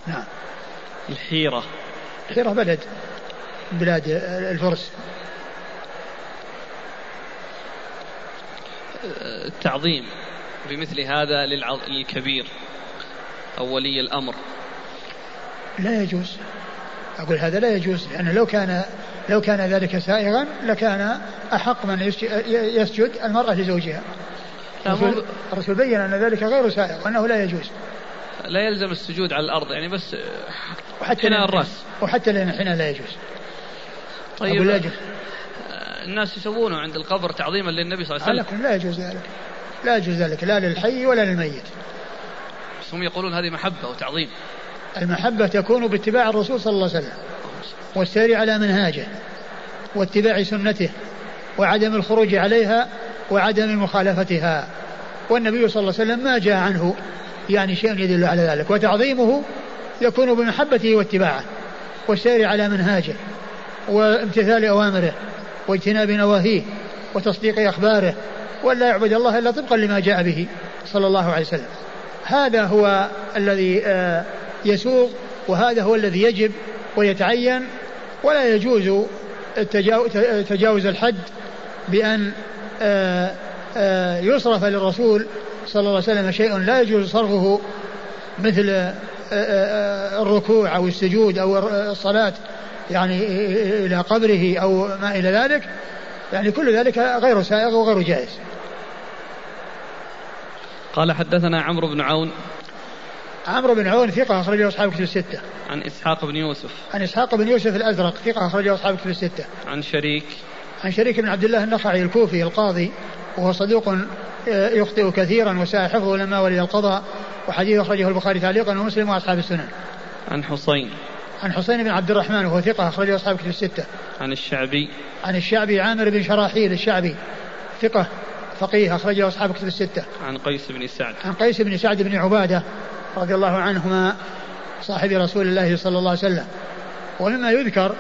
نعم. الحيرة بلد من بلاد الفرس. التعظيم بمثل هذا للكبير أو ولي الأمر لا يجوز. أقول هذا لا يجوز، لأنه لو كان ذلك سائغا لكان أحق من يسجد المرأة لزوجها. الرسول بين أن ذلك غير سائغ وأنه لا يجوز. لا يلزم السجود على الأرض يعني بس حناء الرأس، وحتى حين لا يجوز. طيب الناس يسوونه عند القبر تعظيما للنبي صلى الله عليه وسلم. لا يجوز ذلك، لا يجوز ذلك لا للحي ولا للميت. بس هم يقولون هذه محبة وتعظيم. المحبة تكون باتباع الرسول صلى الله عليه وسلم والسير على منهاجه واتباع سنته وعدم الخروج عليها وعدم مخالفتها. والنبي صلى الله عليه وسلم ما جاء عنه يعني شيء يدل على ذلك. وتعظيمه يكون بمحبته واتباعه والسير على منهاجه وامتثال أوامره واجتناب نواهيه وتصديق أخباره، ولا يعبد الله إلا طبقا لما جاء به صلى الله عليه وسلم. هذا هو الذي يسوغ، وهذا هو الذي يجب ويتعين. ولا يجوز تجاوز الحد بأن يصرف للرسول صلى الله عليه وسلم شيء لا يجوز صرفه، مثل الركوع أو السجود أو الصلاة يعني إلى قبره أو ما إلى ذلك. يعني كل ذلك غير سائغ وغير جائز. قال حدثنا عمرو بن عون. عمرو بن عون ثقة أخرجه أصحاب كتب الستة. عن إسحاق بن يوسف. عن إسحاق بن يوسف الأزرق ثقة أخرجه أصحاب كتب الستة. عن شريك. عن شريك بن عبد الله النخعي الكوفي القاضي، وهو صدوق يخطئ كثيرا وساء حفظه لما ولي القضاء، وحديث أخرجه البخاري تعليقا ومسلم وأصحاب السنن. عن حسين. عن حسين بن عبد الرحمن وهو ثقة أخرجه أصحاب كتب الستة. عن الشعبي. عن الشعبي عامر بن شراحيل الشعبي ثقة فقيه أخرجه أصحاب كتب الستة. عن قيس بن سعد. عن قيس بن سعد بن عبادة رضي الله عنهما صاحب رسول الله صلى الله عليه وسلم. ومما يذكر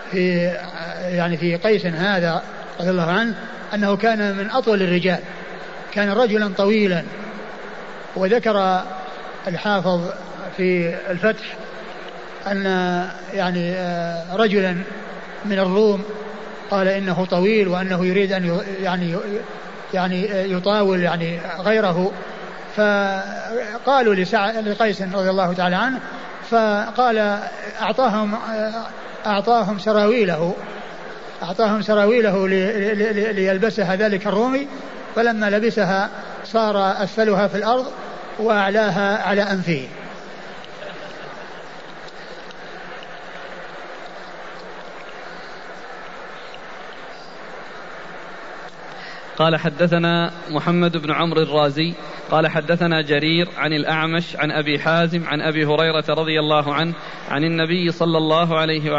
في قيس هذا رضي الله عنه أنه كان من أطول الرجال، كان رجلا طويلا. وذكر الحافظ في الفتح أن يعني رجلا من الروم قال إنه طويل وأنه يريد أن يعني يطاول يعني غيره، فقالوا لقيس رضي الله تعالى عنه، فقال أعطاهم سراويله ليلبسها ذلك الرومي، فلما لبسها صار أسفلها في الأرض وأعلاها على أنفه. قال حدثنا محمد بن عمرو الرازي قال حدثنا جرير عن الأعمش عن أبي حازم عن أبي هريرة رضي الله عنه عن النبي صلى الله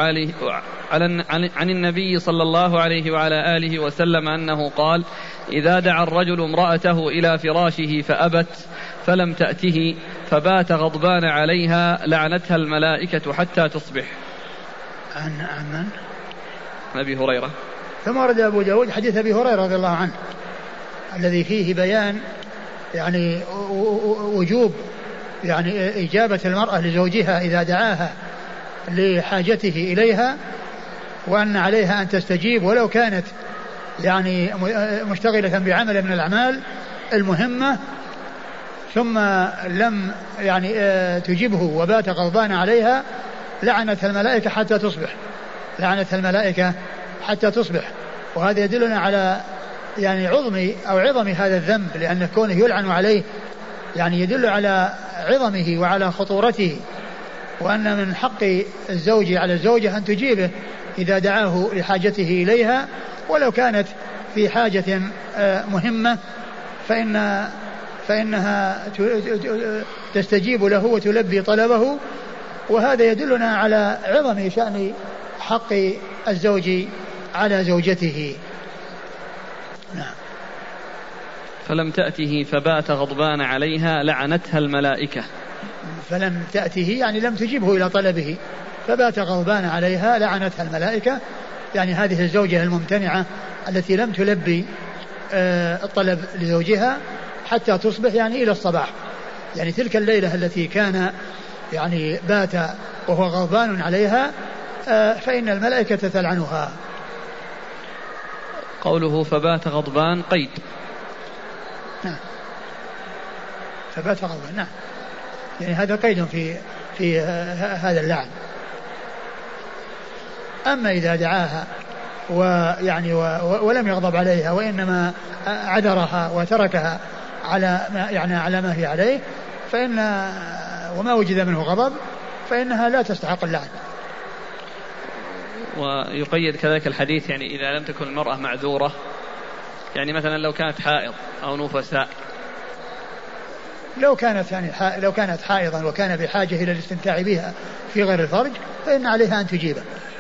عليه وعلى آله وسلم أنه قال: إذا دعا الرجل امرأته إلى فراشه فأبت فلم تأته فبات غضبان عليها لعنتها الملائكة حتى تصبح. عن أبي هريرة. ثم ورد أبو داود حديث أبي هريرة رضي الله عنه الذي فيه بيان يعني وجوب يعني إجابة المرأة لزوجها إذا دعاها لحاجته إليها، وأن عليها أن تستجيب ولو كانت يعني مشتغلة بعمل من الأعمال المهمة، ثم لم يعني تجبه وبات غضبان عليها لعنت الملائكة حتى تصبح. وهذا يدلنا على يعني عظم هذا الذنب، لأن كونه يلعن عليه يعني يدل على عظمه وعلى خطورته، وأن من حق الزوج على الزوجة أن تجيبه إذا دعاه لحاجته إليها ولو كانت في حاجة مهمة، فإنها تستجيب له وتلبي طلبه. وهذا يدلنا على عظم شأن حق الزوج على زوجته. نعم. فلم تأته فبات غضبان عليها لعنتها الملائكة. فلم تأته يعني لم تجبه إلى طلبه، فبات غضبان عليها لعنتها الملائكة، يعني هذه الزوجة الممتنعة التي لم تلبي الطلب لزوجها حتى تصبح يعني إلى الصباح، يعني تلك الليلة التي كان يعني بات وهو غضبان عليها فإن الملائكة تلعنها. قوله فبات غضبان قيد. نعم فبات غضبان نعم، يعني هذا قيد في هذا اللعن. أما إذا دعاها ويعني ولم يغضب عليها وإنما عذرها وتركها على ما هي عليه فإن وما وجد منه غضب فإنها لا تستحق اللعن. ويقيد كذلك الحديث يعني إذا لم تكن المرأة معذورة، يعني مثلا لو كانت حائض أو نفساء. لو كانت حائضا وكان بحاجة إلى الاستمتاع بها في غير الفرج فإن عليها أن تجيبه.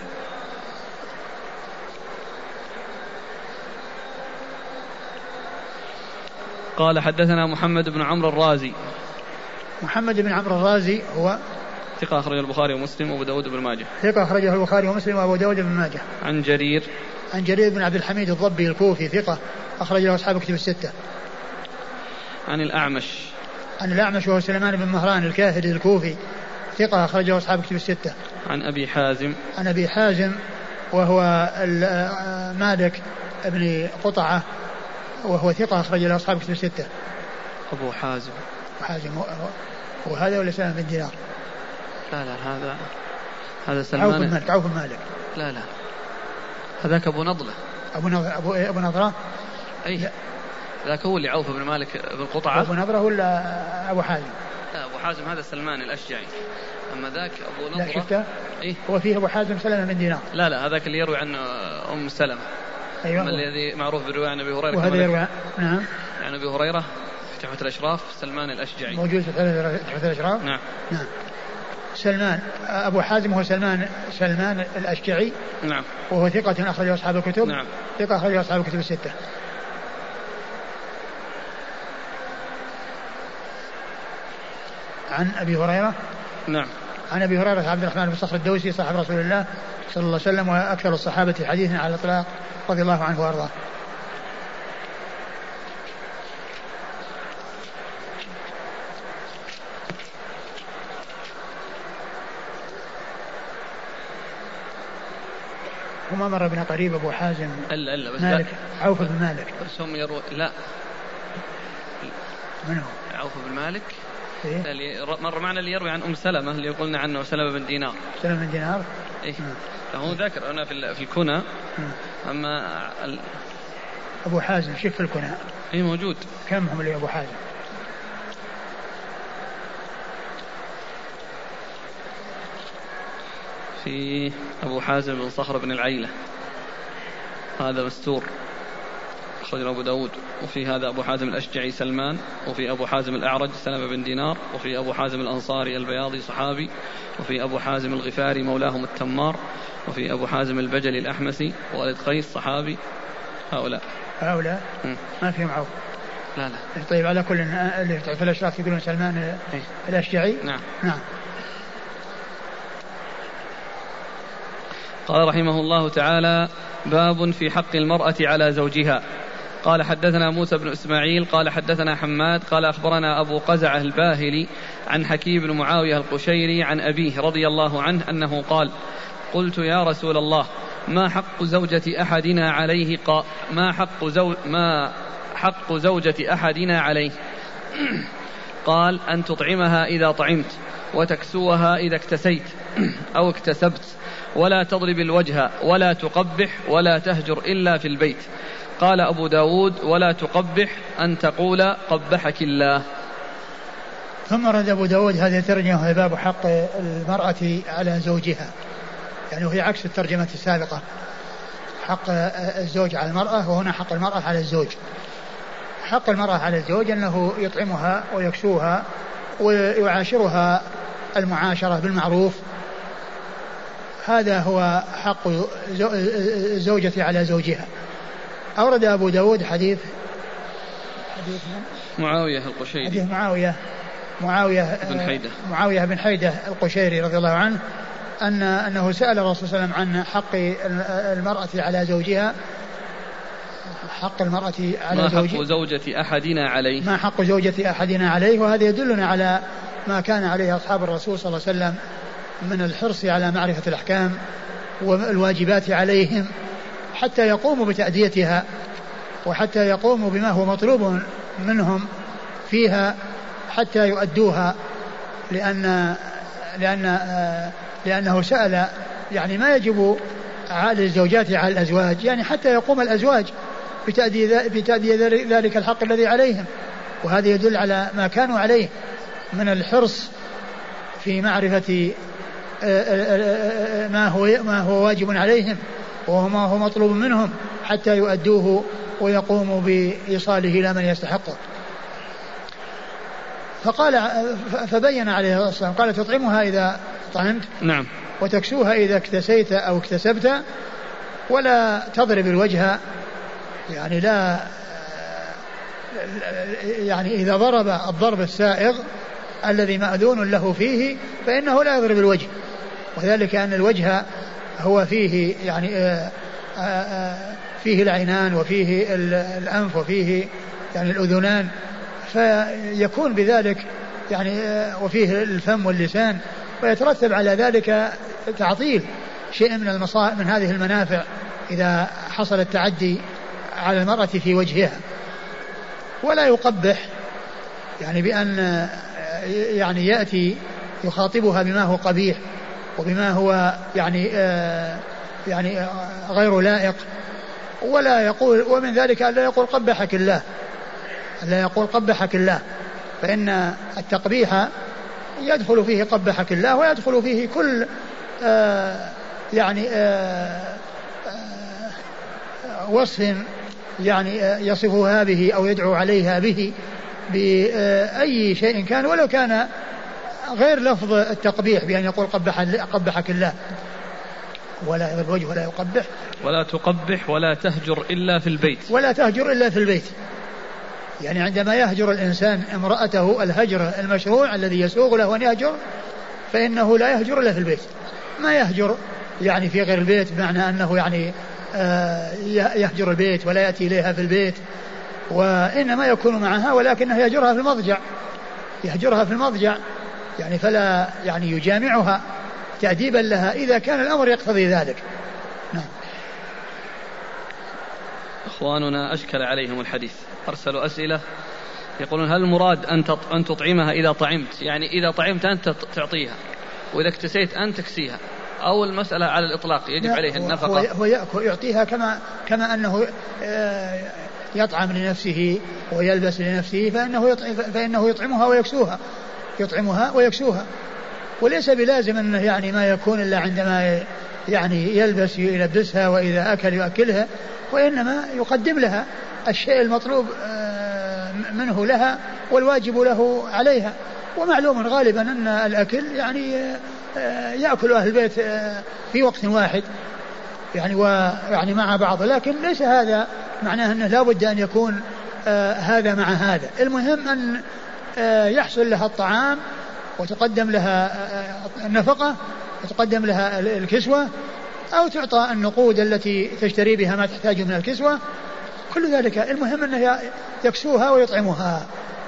قال حدثنا محمد بن عمرو الرازي. محمد بن عمرو الرازي هو ثقة أخرجه البخاري ومسلم وأبو داود بن ماجه. ثقة أخرجه البخاري ومسلم وأبو داود بن ماجه. عن جرير بن عبد الحميد الضبي الكوفي ثقة أخرج له أصحاب كتب الستة. عن الأعمش وهو سليمان بن مهران الكاهلي الكوفي ثقة أخرجه أصحاب كتب الستة. عن أبي حازم وهو مالك بن قطعة وهو ثقة أخرج له أصحاب كتب الستة. أبو حازم وهذا ولا سلمان بن دينار؟ لا هذا سلمان عوف المالك. لا هذاك أبو نضلة. أبو نضرة. أي ذاك هو اللي عوف بن مالك بن قطعة. أبو نضرة ولا أبو حازم؟ لا أبو حازم هذا سلمان الأشجعي، أما ذاك أبو نضرة. لا شفته؟ إيه؟ هو فيه أبو حازم سلمان بن دينار. لا هذاك اللي يروي عن أم سلمة. أيوة. الذي معروف بالرواية عن أبي هريرة. وهذا يروي نعم عن أبي هريرة في تحفة الأشراف سلمان الأشجعي. موجود في تحفة الأشراف. نعم. سلمان أبو حازم هو سلمان الأشجعي. نعم. وهو ثقة أخرجه أصحاب الكتب. نعم. ثقة أخرجه أصحاب الكتب الستة. عن أبي هريرة. نعم. عن أبي هريرة عبد الرحمن بن صخر الدوسي صاحب رسول الله صلى الله عليه وسلم وأكثر الصحابة حديثا على الإطلاق رضي الله عنه وأرضاه. وما مر بنا قريب أبو حازم إلا بس مالك عوف بن مالك. بس هم لا من هو؟ عوف بن مالك. إيه؟ اللي مر معنا اللي يروي عن أم سلمة اللي قلنا عنه سلمة بن دينار. إيه؟ فهو ذكر أنا في الكنى. أما أبو حازم شوف في الكنى. إيه موجود. كم هم اللي أبو حازم؟ في أبو حازم بن صخر بن العيلة هذا مستور أخرجه أبو داود. وفي هذا أبو حازم الأشجعي سلمان. وفي أبو حازم الأعرج سلمة بن دينار. وفي أبو حازم الأنصاري البياضي صحابي. وفي أبو حازم الغفاري مولاهم التمار. وفي أبو حازم البجلي الأحمسي والد قيس صحابي. هؤلاء ما فيهم عوف. لا طيب على كل اللي في الأشراف يقولون سلمان الأشجعي. نعم. قال رحمه الله تعالى باب في حق المرأة على زوجها. قال حدثنا موسى بن إسماعيل قال حدثنا حماد قال أخبرنا أبو قزعة الباهلي عن حكيم بن معاوية القشيري عن أبيه رضي الله عنه أنه قال قلت يا رسول الله ما حق زوجة أحدنا عليه ما حق زوجة أحدنا عليه؟ قال أن تطعمها إذا طعمت وتكسوها إذا اكتسيت أو اكتسبت ولا تضرب الوجه ولا تقبح ولا تهجر إلا في البيت. قال أبو داود ولا تقبح أن تقول قبحك الله. ثم رد أبو داود هذه الترجمة في باب حق المرأة على زوجها، يعني وهي عكس الترجمة السابقة حق الزوج على المرأة، وهنا حق المرأة على الزوج. حق المرأة على الزوج أنه يطعمها ويكسوها ويعاشرها المعاشرة بالمعروف، هذا هو حق الزوجة على زوجها. أورد أبو داود حديث معاوية القشيري، حديث معاوية بن حيدة القشيري رضي الله عنه أنه سأل الرسول صلى الله عليه وسلم عن حق المرأة على زوجها، حق المرأة على ما حق زوجة أحدنا عليه، ما حق زوجة أحدنا عليه. وهذا يدلنا على ما كان عليه أصحاب الرسول صلى الله عليه وسلم من الحرص على معرفة الأحكام والواجبات عليهم حتى يقوموا بتأديتها وحتى يقوموا بما هو مطلوب منهم فيها حتى يؤدوها، لأنه سأل يعني ما يجب على الزوجات على الأزواج، يعني حتى يقوم الأزواج بتأدية ذلك الحق الذي عليهم. وهذا يدل على ما كانوا عليه من الحرص في معرفة ما هو واجب عليهم وما هو مطلوب منهم حتى يؤدوه ويقوموا بإيصاله إلى من يستحقه. فبين عليه الصلاة والسلام قال تطعمها إذا طعمت، نعم، وتكسوها إذا اكتسيت أو اكتسبت، ولا تضرب الوجه، يعني لا يعني إذا ضرب الضرب السائغ الذي مأذون له فيه فإنه لا يضرب الوجه، وذلك أن الوجه هو فيه يعني فيه العينان وفيه الأنف وفيه يعني الأذنان، فيكون بذلك يعني وفيه الفم واللسان، ويترتب على ذلك تعطيل شيء من هذه المنافع إذا حصل التعدي على المرأة في وجهها. ولا يقبح يعني بأن يعني يأتي يخاطبها بما هو قبيح وبما هو يعني غير لائق، ولا يقول، ومن ذلك أن لا يقول قبحك الله، لا يقول قبحك الله، فإن التقبيح يدخل فيه قبحك الله ويدخل فيه كل وصف يعني يصفها به أو يدعو عليها به بأي شيء كان، ولو كان غير لفظ التقبيح بأن يقول قبحك الله. ولا يضرب الوجه ولا يقبح، ولا تقبح ولا تهجر إلا في البيت، ولا تهجر إلا في البيت. يعني عندما يهجر الإنسان امرأته الهجر المشروع الذي يسوغ له أن يهجر، فإنه لا يهجر إلا في البيت. ما يهجر يعني في غير البيت بمعنى أنه يعني يهجر البيت ولا يأتي إليها في البيت، وإنما يكون معها ولكنه يهجرها في المضجع، يهجرها في المضجع يعني فلا يعني يجامعها تأديبا لها إذا كان الأمر يقتضي ذلك. نعم. إخواننا أشكل عليهم الحديث، أرسلوا أسئلة يقولون هل المراد أن تطعمها إذا طعمت، يعني إذا طعمت أنت تعطيها وإذا اكتسيت أن تكسيها، أو المسألة على الإطلاق يجب عليه النفقة؟ هو يعطيها كما أنه يطعم لنفسه ويلبس لنفسه، فإنه يطعمها ويكسوها، وليس بلازم أنه يعني ما يكون إلا عندما يعني يلبس يلبسها وإذا أكل يؤكلها، وإنما يقدم لها الشيء المطلوب منه لها والواجب له عليها. ومعلوم غالبا أن الأكل يعني يأكل أهل البيت في وقت واحد يعني ويعني مع بعض، لكن ليس هذا معناه أنه لا بد أن يكون هذا مع هذا. المهم أن يحصل لها الطعام وتقدم لها النفقة وتقدم لها الكسوة، أو تعطى النقود التي تشتري بها ما تحتاج من الكسوة، كل ذلك المهم أنه يكسوها ويطعمها.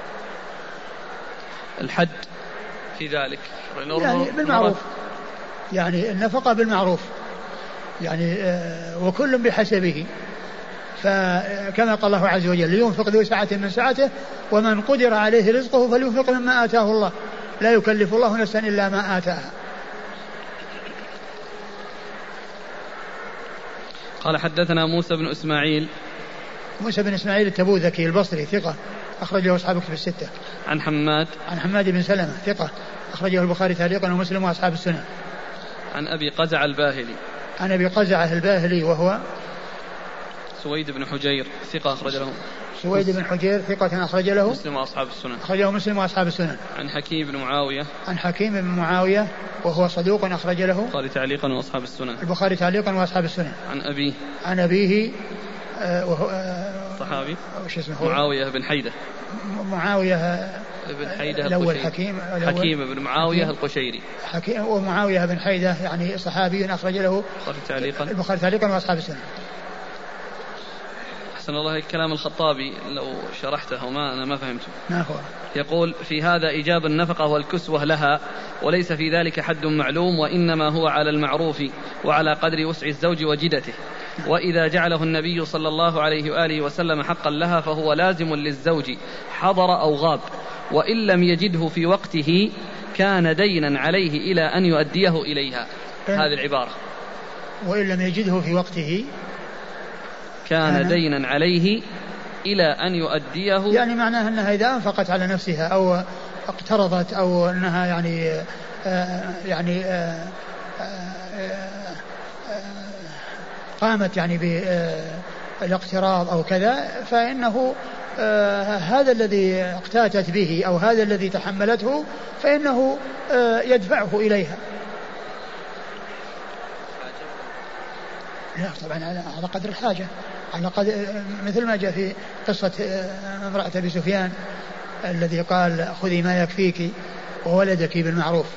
الحد في ذلك يعني بالمعروف، يعني النفقة بالمعروف يعني وكل بحسبه، فكما قال الله عز وجل لينفق ذو سعة من سعته ومن قدر عليه رزقه فلينفق مما آتاه الله لا يكلف الله نفسا إلا ما آتاها. قال حدثنا موسى بن إسماعيل التبوذكي البصري ثقة أخرجه أصحاب كتب الستة. عن حماد بن سلمة ثقة أخرجه البخاري تعليقا ومسلم وأصحاب السنن. عن أبي قزعة الباهلي وهو سويد بن حجير ثقة أخرج له سويد بن حجير ثقة أخرج له مسلم وأصحاب السنن. أخرجه مسلم وأصحاب السنن. عن حكيم بن معاوية وهو صدوق أخرج له البخاري تعليقا وأصحاب السنن. عن أبيه صحابي معاوية بن حيدة الأول حكيم بن معاوية القشيري. ومعاوية بن حيدة يعني صحابي أخرج له البخاري تعليقا وأصحاب السنن. أحسن الله كلام الخطابي لو شرحته أنا ما فهمته. ما هو؟ يقول في هذا إيجاب النفقة والكسوة لها، وليس في ذلك حد معلوم، وإنما هو على المعروف وعلى قدر وسع الزوج وجدته. وإذا جعله النبي صلى الله عليه وآله وسلم حقا لها فهو لازم للزوج حضر أو غاب، وإن لم يجده في وقته كان دينا عليه إلى أن يؤديه إليها. هذه العبارة وإن لم يجده في وقته كان دينا عليه إلى أن يؤديه، يعني معناه أنها إذا أنفقت على نفسها أو اقترضت أو أنها قامت يعني بالاقتراض أو كذا، فإنه هذا الذي اقتاتت به أو هذا الذي تحملته فإنه يدفعه إليها. لا طبعا على قدر الحاجة، على قدر مثل ما جاء في قصة امرأة أبي سفيان الذي قال خذي ما يكفيك وولدك بالمعروف.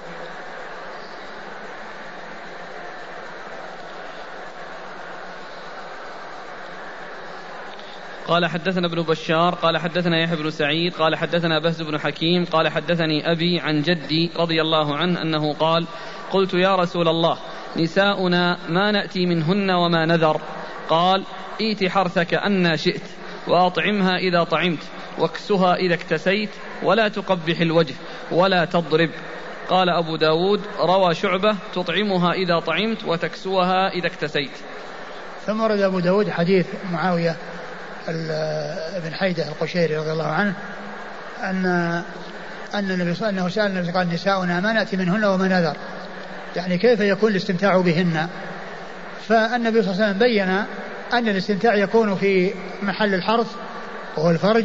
قال حدثنا ابن بشار قال حدثنا يحيى بن سعيد قال حدثنا بهز بن حكيم قال حدثني أبي عن جدي رضي الله عنه أنه قال قلت يا رسول الله نساؤنا ما نأتي منهن وما نذر؟ قال ائت حرثك أن شئت وأطعمها إذا طعمت واكسها إذا اكتسيت ولا تقبح الوجه ولا تضرب. قال أبو داود روى شعبة تطعمها إذا طعمت وتكسوها إذا اكتسيت. ثم ورد أبو داود حديث معاوية بن حيدة القشيري رضي الله عنه أن النبي صلى الله عليه وسلم قال نساؤنا ما نأتي منهن وما نذر، يعني كيف يكون الاستمتاع بهن. فالنبي صلى الله عليه وسلم بين أن الاستمتاع يكون في محل الحرث وهو الفرج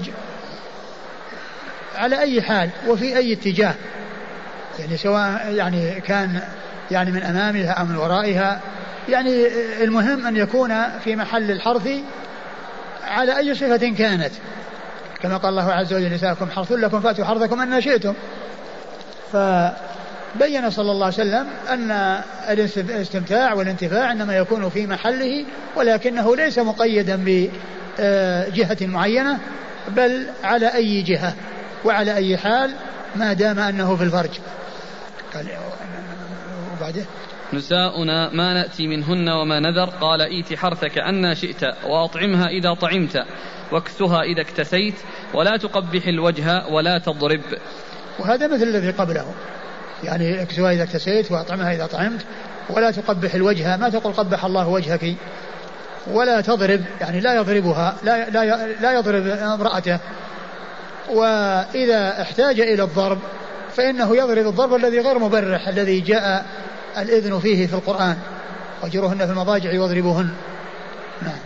على أي حال وفي أي اتجاه، يعني سواء يعني كان يعني من أمامها أو من ورائها، يعني المهم أن يكون في محل الحرث على أي صفة كانت، كما قال الله عز وجل نساءكم حرث لكم فأتوا حرثكم أن شئتم. فبين صلى الله عليه وسلم أن الاستمتاع والانتفاع إنما يكون في محله، ولكنه ليس مقيدا بجهة معينة، بل على أي جهة وعلى أي حال ما دام أنه في الفرج. قال وبعده نساؤنا ما نأتي منهن وما نذر؟ قال ائت حرثك أن شئت وأطعمها إذا طعمت واكسها إذا اكتسيت ولا تقبح الوجه ولا تضرب. وهذا مثل الذي قبله، يعني اكسها إذا اكتسيت وأطعمها إذا طعمت ولا تقبح الوجه، ما تقول قبح الله وجهك، ولا تضرب يعني لا يضربها، لا يضرب امرأته، وإذا احتاج إلى الضرب فإنه يضرب الضرب الذي غير مبرح الذي جاء الإذن فيه في القرآن واجروهن في المضاجع واضربوهن. نعم.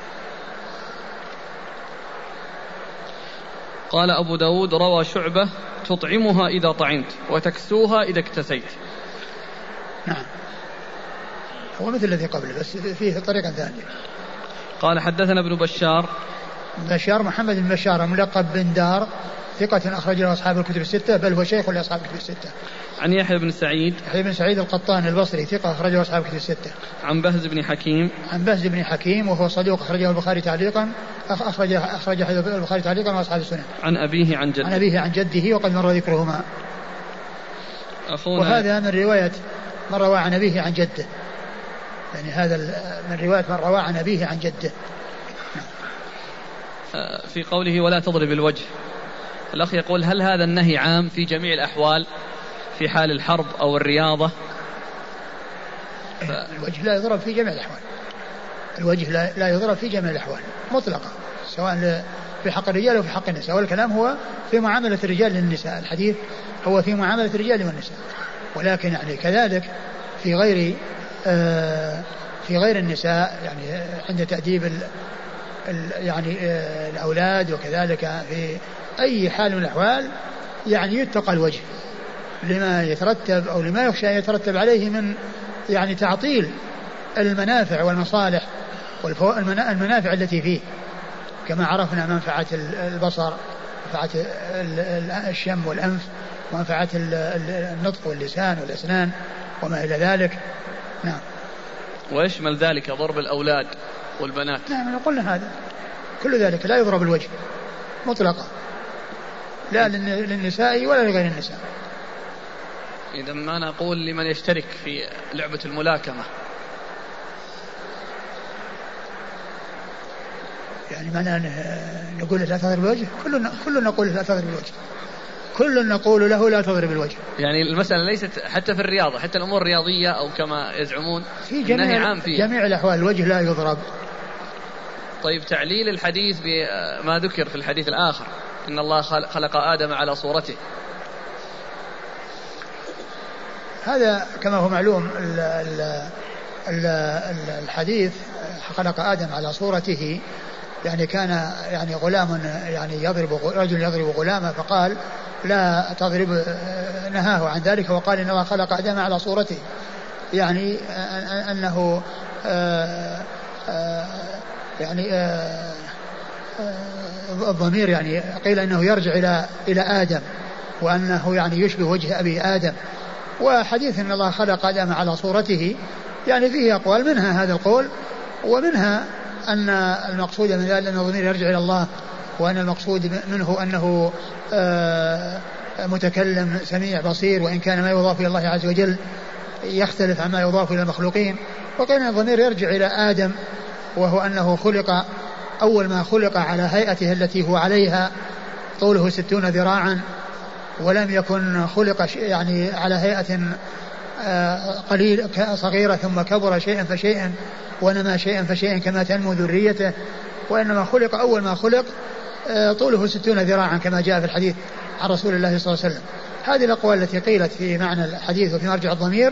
قال أبو داود روى شعبة تطعمها إذا طعمت وتكسوها إذا اكتسيت. نعم هو مثل الذي قبله بس فيه طريقة ثانية. قال حدثنا ابن بشار محمد بن بشار ملقب بن دار ثقة أخرج له أصحاب الكتب الستة، بل هو شيخ لأصحاب الكتب الستة. عن يحيى بن سعيد القطان البصري ثقة أخرجه أصحاب الكتب الستة. عن بهز بن حكيم وهو صدوق أخرجه البخاري تعليقا، أخرج البخاري تعليقا وأصحاب السنن. عن أبيه عن جده وقد مر ذكرهما. وهذا من رواية من روى عن أبيه عن جده، يعني هذا من رواية من روى عن أبيه عن جده. في قوله ولا تضرب الوجه، الأخ يقول هل هذا النهي عام في جميع الأحوال في حال الحرب أو الرياضة؟ الوجه لا يضرب في جميع الأحوال، الوجه لا يضرب في جميع الأحوال مطلقا، سواء في حق الرجال وفي حق النساء، والكلام هو في معاملة الرجال للنساء، الحديث هو في معاملة الرجال والنساء، ولكن يعني كذلك في غير النساء، يعني عند تأديب يعني الأولاد، وكذلك في أي حال من الأحوال يعني يتقى الوجه لما يترتب أو لما يخشى يترتب عليه من يعني تعطيل المنافع والمصالح والمنافع التي فيه، كما عرفنا منفعة البصر، منفعة الشم والأنف، ومنفعة النطق واللسان والأسنان وما إلى ذلك. نعم. ويشمل ذلك ضرب الأولاد والبنات. نعم قلنا هذا كل ذلك لا يضرب الوجه مطلقا، لا للنساء ولا لغير النساء. إذا ما نقول لمن يشترك في لعبة الملاكمة، يعني ما نقول لا تضرب الوجه، كل نقول لا تضرب الوجه، كل نقول له لا تضرب الوجه. يعني المسألة ليست حتى في الرياضة، حتى الأمور الرياضية أو كما يزعمون في جميع الأحوال الوجه لا يضرب. طيب تعليل الحديث بما ذكر في الحديث الآخر إن الله خلق آدم على صورته، هذا كما هو معلوم الحديث خلق آدم على صورته، يعني كان يعني غلام يعني رجل يضرب غلامه فقال لا تضرب، نهاه عن ذلك وقال إن الله خلق آدم على صورته، يعني أنه الضمير يعني قيل أنه يرجع إلى آدم وأنه يعني يشبه وجه أبي آدم. وحديث إن الله خلق آدم على صورته يعني فيه أقوال، منها هذا القول، ومنها أن المقصود من ذلك أن الضمير يرجع إلى الله، وأن المقصود منه أنه متكلم سميع بصير، وإن كان ما يضاف إلى الله عز وجل يختلف عما يضاف إلى المخلوقين. وكان الضمير يرجع إلى آدم، وهو أنه خلق أول ما خلق على هيئته التي هو عليها، طوله 60 ذراعا، ولم يكن خلق يعني على هيئة قليل صغيرة ثم كبر شيئا فشيئا ونمى شيئا فشيئا كما تنمو ذريته، وإنما خلق أول ما خلق طوله 60 ذراعا كما جاء في الحديث عن رسول الله صلى الله عليه وسلم. هذه الأقوال التي قيلت في معنى الحديث وفي مرجع الضمير.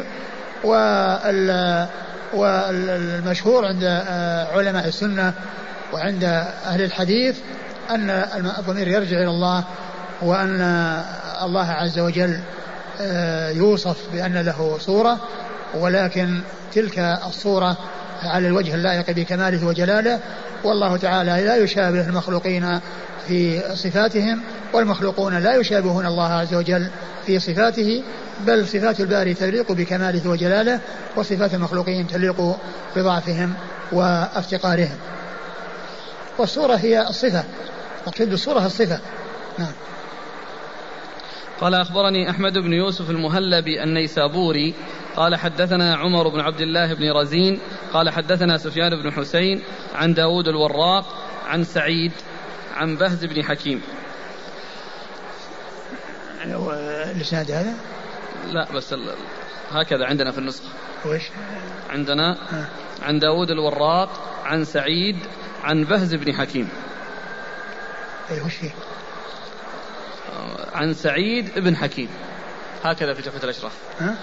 والمشهور عند علماء السنة وعند أهل الحديث أن الضمير يرجع إلى الله، وأن الله عز وجل يوصف بأن له صورة، ولكن تلك الصورة على الوجه اللائق بكماله وجلاله، والله تعالى لا يشابه المخلوقين في صفاتهم، والمخلوقون لا يشابهون الله عز وجل في صفاته، بل صفات الباري تليق بكماله وجلاله، وصفات المخلوقين تليق بضعفهم وافتقارهم. والصورة هي الصفة، مقصود بالصورة الصفة. نعم. قال أخبرني أحمد بن يوسف المهلبي النيسابوري قال حدثنا عمر بن عبد الله بن رزين قال حدثنا سفيان بن حسين عن داود الوراق عن سعيد عن بهز بن حكيم. الإسناد هذا؟ لا بس هكذا عندنا في النسخة. وش عندنا؟ عن داود الوراق عن سعيد عن بهز بن حكيم. وش فيه؟ عن سعيد بن حكيم، هكذا في تحفة الأشراف.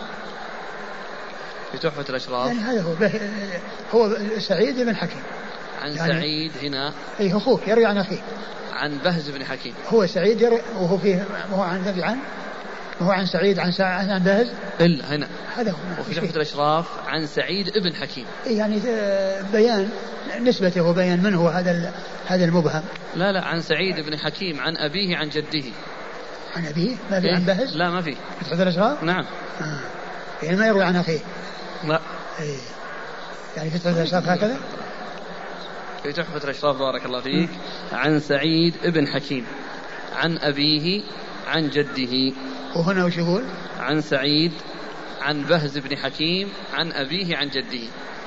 في تحفة الأشراف يعني هذا هو سعيد بن حكيم. عن يعني سعيد هنا أي أخوه يروي عن أخيه. عن بهز بن حكيم. هو سعيد يروي وهو فيه، هو عن سعيد عن بهز. إلا هنا هذا هو. وفي تحفة الأشراف عن سعيد بن حكيم. يعني بيان نسبته وبيان من هو هذا المبهم. لا عن سعيد بن حكيم عن أبيه عن جده. عن أبيه ما في عن بهز؟ لا ما في. في تحفة الأشراف؟ نعم. يعني ما يروي عن أخيه. لا. يعني في تحفة الأشراف هكذا. في تحفة الأشراف بارك الله فيك عن سعيد بن حكيم عن أبيه عن جده. وهنا وش يقول؟ عن سعيد عن بهز بن حكيم عن أبيه عن جده.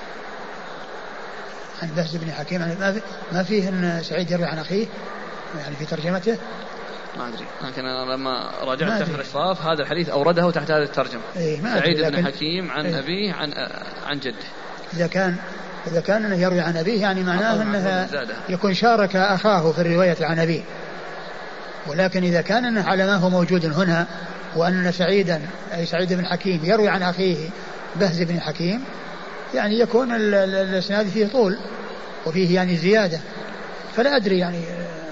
عن بهز بن حكيم ما فيه أن سعيد يروي عن أخيه يعني في ترجمته؟ ما أدري، لكن أنا لما راجعت تحت الإشراف هذا الحديث أورده تحت هذه الترجمة. سعيد بن حكيم عن أبيه عن جده. إذا كان أنه يروي عن أبيه يعني معناه أنه يكون شارك أخاه في الرواية عن أبيه. ولكن إذا كان أنه على ما هو موجود هنا، وأن سعيدا أي سعيد بن حكيم يروي عن أخيه بهز بن حكيم، يعني يكون الإسناد فيه طول وفيه يعني زيادة. فلا أدري يعني،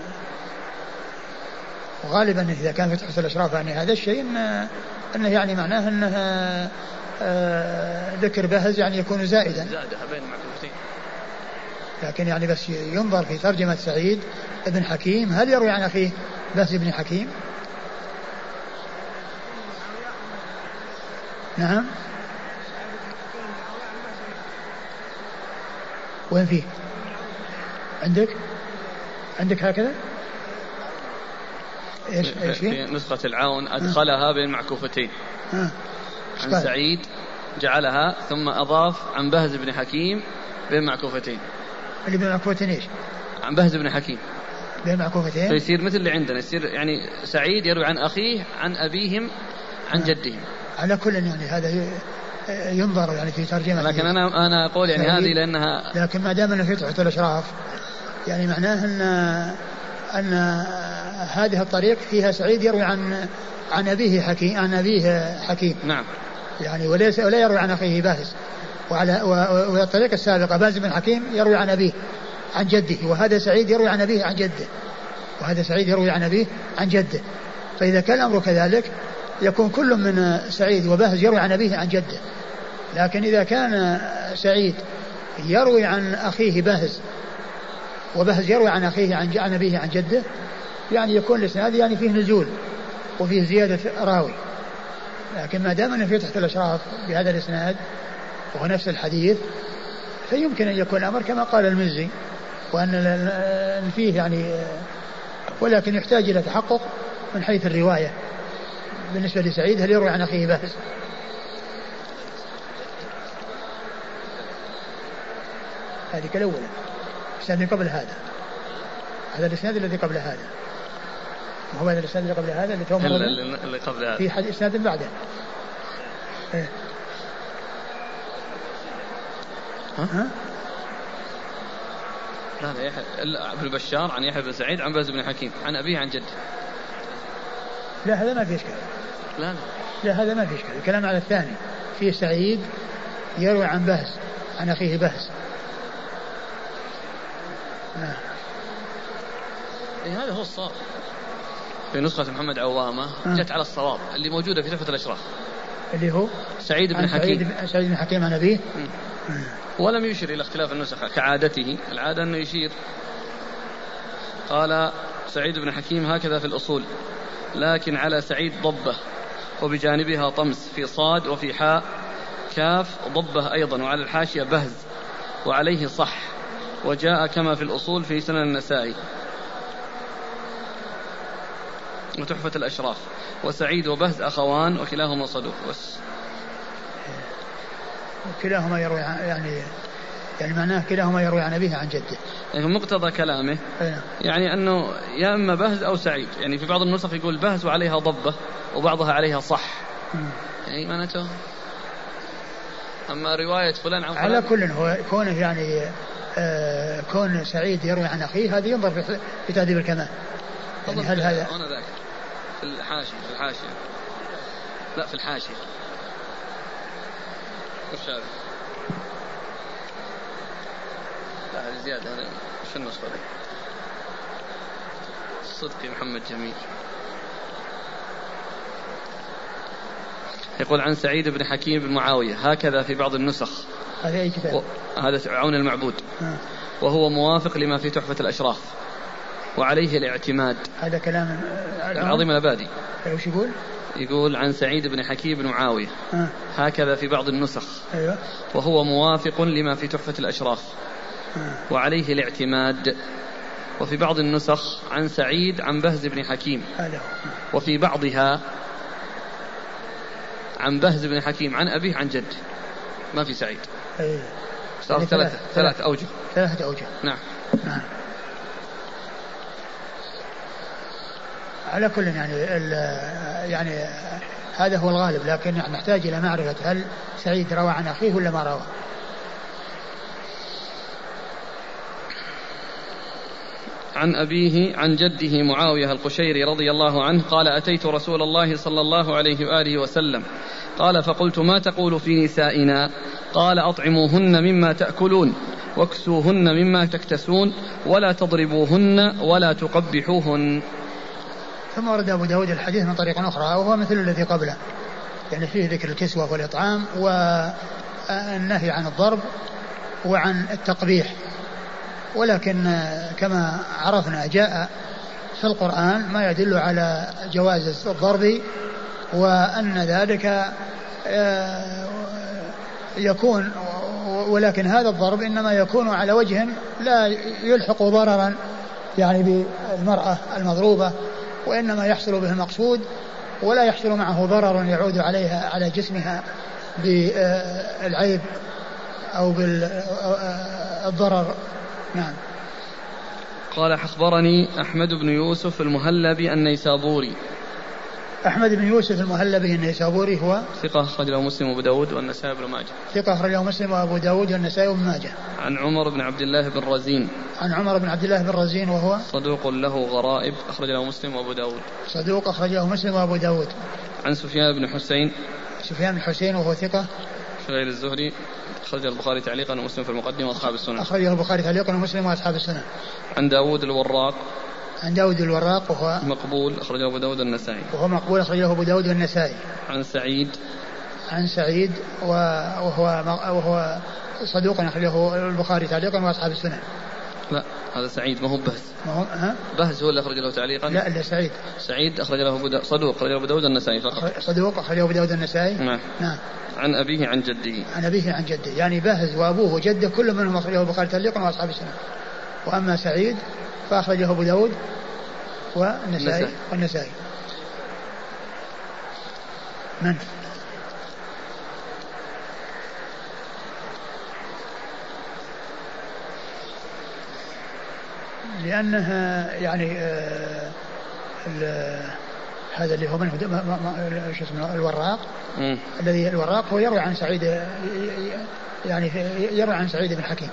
وغالبا إذا كان في تحفة الأشراف يعني هذا الشيء أنه يعني معناه أنه ذكر بهز يعني يكون زائدا، لكن يعني بس ينظر في ترجمة سعيد بن حكيم هل يروي عن أخيه بهز بن حكيم. نعم. وين فيه عندك؟ عندك هكذا؟ إيش في نسخة العون أدخلها بين معكوفتين عن سعيد جعلها ثم أضاف عن بهز بن حكيم بين معكوفتين. اللي بين معكوفتين إيش؟ عن بهز بن حكيم بين معكوفتين، فيصير مثل اللي عندنا، يصير يعني سعيد يروي عن أخيه عن أبيهم عن جدهم. على كل يعني هذا ينظر يعني في ترجمة، لكن أنا أقول يعني هذه لأنها، لكن ما دام أنه في تحفة الأشراف يعني معناه أن هذه الطريق فيها سعيد يروي عن أبيه حكيم، عن أبيه حكيم. نعم. يعني ولا يروي عن أخيه باهز. والطريقة السابقة باهز بن حكيم يروي عن أبيه عن جده، وهذا سعيد يروي عن أبيه عن جده، وهذا سعيد يروي عن أبيه عن جده. فإذا كان الأمر كذلك يكون كل من سعيد وبهز يروي عن أبيه عن جده. لكن إذا كان سعيد يروي عن أخيه بهز وبهز يروي عن أخيه عن أبيه عن جده، يعني يكون الإسناد يعني فيه نزول وفيه زيادة راوي. لكن ما دام أنه في تحت الأشراف بهذا الإسناد وهو نفس الحديث، فيمكن أن يكون الأمر كما قال المزي، وأن فيه يعني، ولكن يحتاج إلى تحقق من حيث الرواية. بالنسبة لسعيد هل يروي عن أخيه بهز؟ هذه الأولى، الإسناد قبل هذا، هذا الإسناد الذي قبل هذا، وهو هذا الإسناد اللي قبل هذا اللي قبل هذا في إسناد بعده. إيه؟ ها؟ لا ابن بشار عن يحيى بن سعيد عن بهز بن حكيم عن أبيه عن جده. لا هذا ما في إشكال. لا هذا ما في إشكال. الكلام على الثاني، في سعيد يروي عن بهز عن أخيه بهز. هذا هو الصواب. في نسخة محمد عوامة جت على الصواب اللي موجودة في تحفة الأشراف، اللي هو سعيد بن حكيم. سعيد بن حكيم عن أبيه. ولم يشر إلى اختلاف النسخ كعادته، العادة أنه يشير. قال سعيد بن حكيم هكذا في الأصول، لكن على سعيد ضبة وبجانبها طمس في صاد وفي حاء كاف ضبة أيضا، وعلى الحاشية بهز وعليه صح، وجاء كما في الأصول في سنن النسائي وتحفة الأشراف. وسعيد وبهز أخوان وكلاهما صدوق. بس كلاهما يروي يعني معناه كلاهما يروي عن أبيه عن جده. يعني مقتضى كلامه يعني أنه يا إما بهز أو سعيد. يعني في بعض النسخ يقول بهز وعليها ضبة وبعضها عليها صح. يعني معناته أما رواية فلان عن فلان على كل هو كونه يعني كون سعيد يروي عن أخيه هذا ينظر في تهذيب الكمال. يعني هل هذا أنا ذاك في الحاشية لا في الحاشية وش هذا؟ لا هذه زيادة. هذا شو النسخة دي؟ صدقي محمد جميل يقول عن سعيد بن حكيم بن معاوية هكذا في بعض النسخ. هذا أي كتاب؟ هذا عون المعبود. وهو موافق لما في تحفة الأشراف وعليه الاعتماد. هذا كلام العظيم الأبادي. وش يقول؟ يقول عن سعيد بن حكيم بن معاوية هكذا في بعض النسخ. أيوة. وهو موافق لما في تحفة الأشراف وعليه الاعتماد. وفي بعض النسخ عن سعيد عن بهز بن حكيم. وفي بعضها عن بهز بن حكيم عن أبيه عن جد، ما في سعيد. صار يعني ثلاث أوجه. نعم. على كل يعني هذا هو الغالب، لكن نحتاج إلى معرفة هل سعيد روى عن أخيه ولا ما روى. عن أبيه عن جده معاوية القشيري رضي الله عنه قال أتيت رسول الله صلى الله عليه وآله وسلم قال فقلت ما تقول في نسائنا؟ قال أطعموهن مما تأكلون واكسوهن مما تكتسون ولا تضربوهن ولا تقبحوهن. ثم ورد أبو داود الحديث من طريق أخرى وهو مثل الذي قبله، يعني فيه ذكر الكسوة والإطعام والنهي عن الضرب وعن التقبيح. ولكن كما عرفنا جاء في القرآن ما يدل على جواز الضرب، وأن ذلك يكون، ولكن هذا الضرب إنما يكون على وجه لا يلحق ضررا يعني بالمرأة المضروبة، وإنما يحصل به المقصود، ولا يحصل معه ضرر يعود عليها على جسمها بالعيب أو بالضرر. نعم. قال أخبرني أحمد بن يوسف المهلبي النيسابوري. أحمد بن يوسف المهلبي النيسابوري هو ثقة أخرج له مسلم وأبو داود والنسائي بن ماجه. ثقة أخرج له مسلم وأبو داود والنسائي بن ماجه. عن عمر بن عبد الله بن رزين. عن عمر بن عبد الله بن رزين وهو صدوق له غرائب أخرج له مسلم وأبو داود. صدوق أخرج له مسلم وأبو داود. عن سفيان بن حسين. سفيان بن حسين وهو ثقة. غير الزهري أخرج البخاري تعليقا ومسلم في المقدمة وأصحاب السنن. أخرجه البخاري تعليقا ومسلم وأصحاب السنن. عن داود الوراق. عن داود الوراق وهو مقبول أخرجه أبو داود النسائي. وهو مقبول أخرجه أبو داود النسائي. عن سعيد. عن سعيد وهو صدوق أخرجه البخاري تعليقا وأصحاب السنن. لا هذا سعيد ما هو بهز. ما هو بهز هو اللي أخرج له تعليقا. لا إلا سعيد. سعيد أخرج له صدوق أخرج له أبو داود النسائي فقط. صدوق أخرجه أبو داود النسائي. نعم. نعم. عن أبيه عن جده. عن أبيه عن جده، يعني بهز وأبوه وجده كل منهم أخرجه البخاري تعليقا وأصحاب السنن. وأما سعيد فأخرجه أبو داود والنسائي. من؟ لأنها يعني هذا اللي هو من شو اسمه الوراق. الذي الوراق هو يروي عن سعيد، يعني يروي عن سعيد بن حكيم.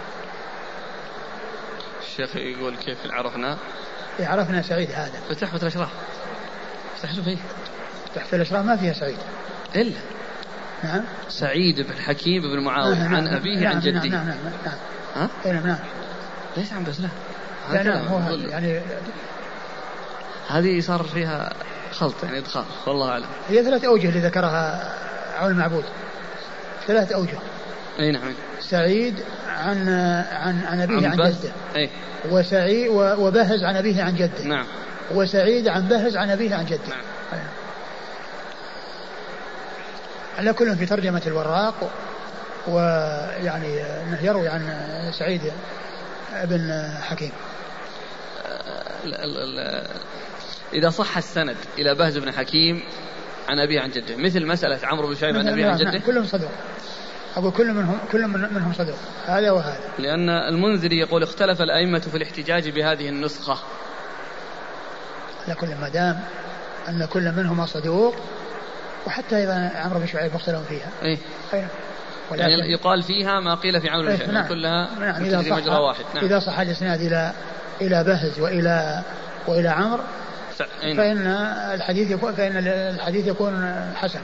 الشيخ يقول كيف عرفنا؟ عرفنا سعيد هذا في تحفة الأشراف. فتحته فيه تحفة الأشراف ما فيها سعيد إلا. نعم. سعيد بن حكيم بن معاوية عن أبيه عن جده. نعم. نعم. ليس عن بس لا. نعم هو يعني هذه صار فيها خلط يعني إدخال والله أعلم. هي 3 أوجه اللي ذكرها عون المعبود، 3 أوجه. أي نعم. سعيد عن أبيه عن جده. أي. وسعيد وبهز عن أبيه عن جده. نعم. وسعيد عن بهز عن أبيه عن جده. نعم. على كل في ترجمة الوراق، ويعني أنه يروي عن سعيد بن حكيم. إذا صح السند إلى بهز بن حكيم عن أبيه عن جده، مثل مسألة عمرو بن شعيب عن أبيه عن جده. كلهم صدوق، أقول كل منهم صدوق، هذا وهذا. لأن المنذري يقول اختلف الأئمة في الاحتجاج بهذه النسخة. على كل ما دام أن كل منهما صدوق، وحتى إذا عمرو بن شعيب مختلف فيها. إيه. يعني يقال فيها ما قيل في عمرو بن شعيب. نعم. كلها نعم. في مجرى واحد. نعم. إذا صح الإسناد إلى بهز وإلى عمرو فإن الحديث يكون حسن.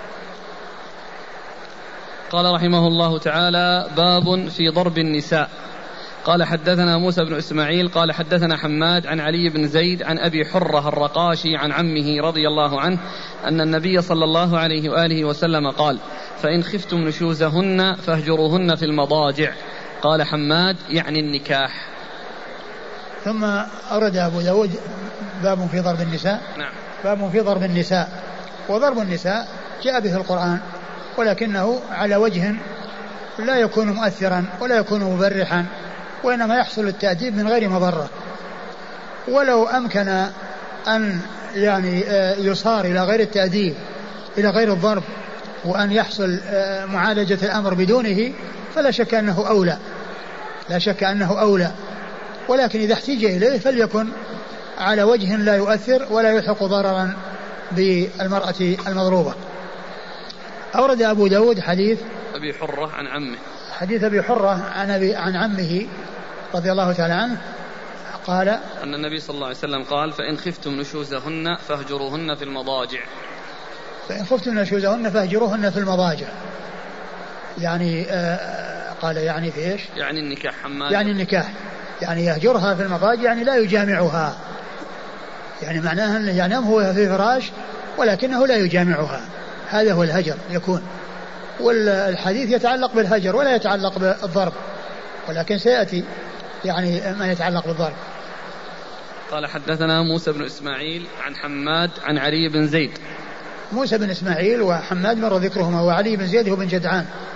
قال رحمه الله تعالى: باب في ضرب النساء. قال حدثنا موسى بن إسماعيل قال حدثنا حماد عن علي بن زيد عن أبي حرة الرقاشي عن عمه رضي الله عنه أن النبي صلى الله عليه وآله وسلم قال: فإن خفتم نشوزهن فاهجروهن في المضاجع. قال حماد: يعني النكاح. ثم أورد أبو داود باب في ضرب النساء. نعم. باب في ضرب النساء. وضرب النساء جاء به القرآن، ولكنه على وجه لا يكون مؤثرا ولا يكون مبرحا، وإنما يحصل التأديب من غير مضرة. ولو أمكن أن يعني يصار إلى غير التأديب، إلى غير الضرب، وأن يحصل معالجة الأمر بدونه، فلا شك أنه أولى، لا شك أنه أولى. ولكن إذا احتيج إليه فليكن على وجه لا يؤثر ولا يلحق ضررا بالمرأة المضروبة. أورد أبو داود حديث أبي حرة عن عمه، حديث أبي حرة عن عمه رضي الله تعالى عنه قال أن النبي صلى الله عليه وسلم قال: فإن خفتم نشوزهن فاهجروهن في المضاجع. فإن خفتم نشوزهن فاهجروهن في المضاجع، يعني قال يعني في إيش؟ يعني النكاح. حماد يعني النكاح، يعني يهجرها في المضاجع، يعني لا يجامعها، يعني معناها أنه ينام هو في فراش ولكنه لا يجامعها، هذا هو الهجر يكون. والحديث يتعلق بالهجر ولا يتعلق بالضرب، ولكن سيأتي يعني ما يتعلق بالضرب. قال حدثنا موسى بن إسماعيل عن حماد عن علي بن زيد. موسى بن إسماعيل وحماد مر ذكرهما، وعلي بن زيد هو بن جدعان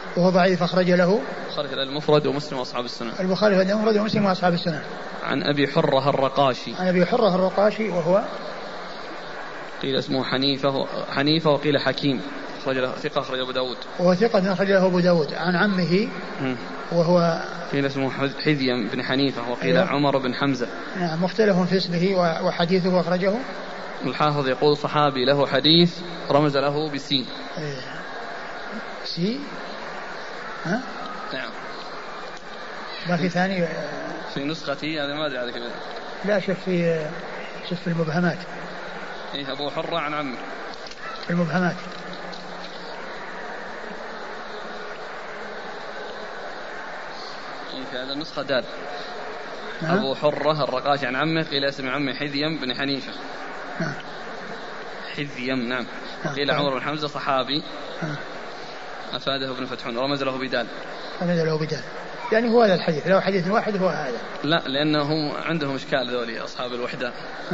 وهو ضعيف أخرج له المفرد ومسلم وأصحاب السنن. البخاري في المفرد ومسلم وأصحاب السنن. عن أبي حرة الرقاشي. عن أبي حرة الرقاشي وهو قيل اسمه حنيفة وقيل حكيم، ثقة أخرج أبو داود. وهو ثقة أخرج له أبو داود. عن عمه وهو قيل اسمه حذيم بن حنيفة وقيل عمر بن حمزة. نعم مختلف في اسمه وحديثه أخرجه. الحافظ يقول صحابي له حديث رمز له بسين. سي ها؟ نعم. ما في ثاني في نسختي هذا ما أدري على كذا. لا شوف في المبهمات. إيه أبو حرة عن عمه. المبهمات. في هذا النسخة دال. أبو حرة الرقاشي عن عمه قيل اسم عمه حذيم بن حنيفة. حذيم نعم. قيل عمر بن حمزة صحابي. أفاده ابن فتحون ورمز له بدال. رمز له بدال يعني هو هذا الحديث، لو حديث واحد هو هذا. لا لأنهم عندهم إشكال ذولي أصحاب الوحدة.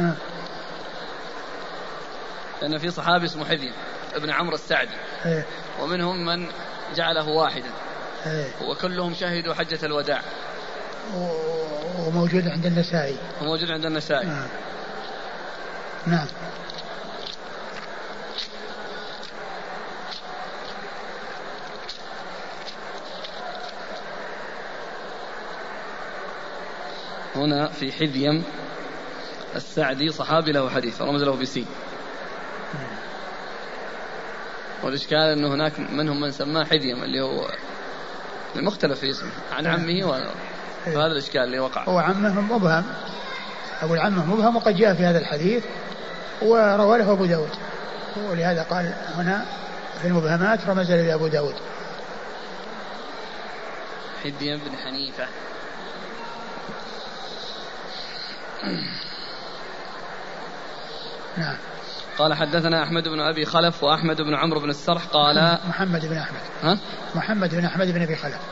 لأن في صحابي اسمه حذيم ابن عمرو السعدي. ومنهم من جعله واحدا. وكلهم شهدوا حجة الوداع. وموجود عند النسائي. نعم. هنا في حذيم السعدي صحابي له حديث رمز له بسين. والإشكال أنه هناك منهم من سماه حذيم اللي هو المختلف في اسمه عن عمه فهذا الإشكال اللي وقع. هو عمه مبهم، أبو العمه مبهم وقد جاء في هذا الحديث وروى له أبو داود، ولهذا قال هنا في المبهمات رمز له أبو داود. حذيم بن حنيفة. نعم. قال حدثنا أحمد بن أبي خلف وأحمد بن عمرو بن السرح قال محمد بن أحمد. محمد بن أحمد بن أبي خلف.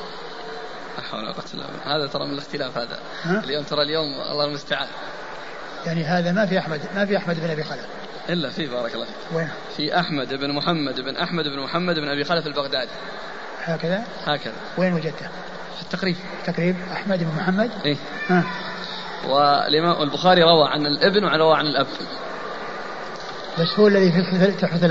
هذا ترى من الاختلاف هذا. اليوم ترى الله المستعان. يعني هذا ما في أحمد بن أبي خلف إلا في بارك الله فيك. وين؟ في أحمد بن محمد بن أحمد بن محمد بن أبي خلف البغدادي. هكذا. وين وجدته؟ في التقريب. أحمد بن محمد. إيه. والإمام البخاري روى عن الابن وروى عن الأب. بس هو الذي في تحفة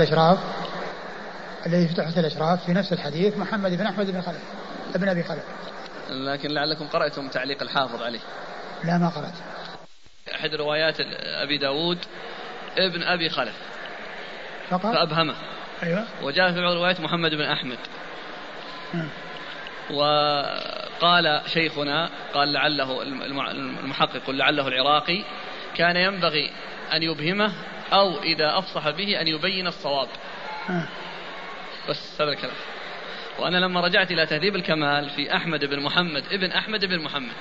الأشراف في نفس الحديث محمد بن أحمد بن خلف ابن أبي خلف. لكن لعلكم قرأتم تعليق الحافظ عليه. لا ما قرأت. أحد روايات أبي داود ابن أبي خلف فقط فأبهمه. أيوة. وجاء في بعض الروايات محمد بن أحمد. وقال شيخنا قال لعله المحقق لعله العراقي كان ينبغي أن يبهمه أو إذا أفصح به أن يبين الصواب. بس هذا الكلام. وأنا لما رجعت إلى تهذيب الكمال في أحمد بن محمد ابن أحمد بن محمد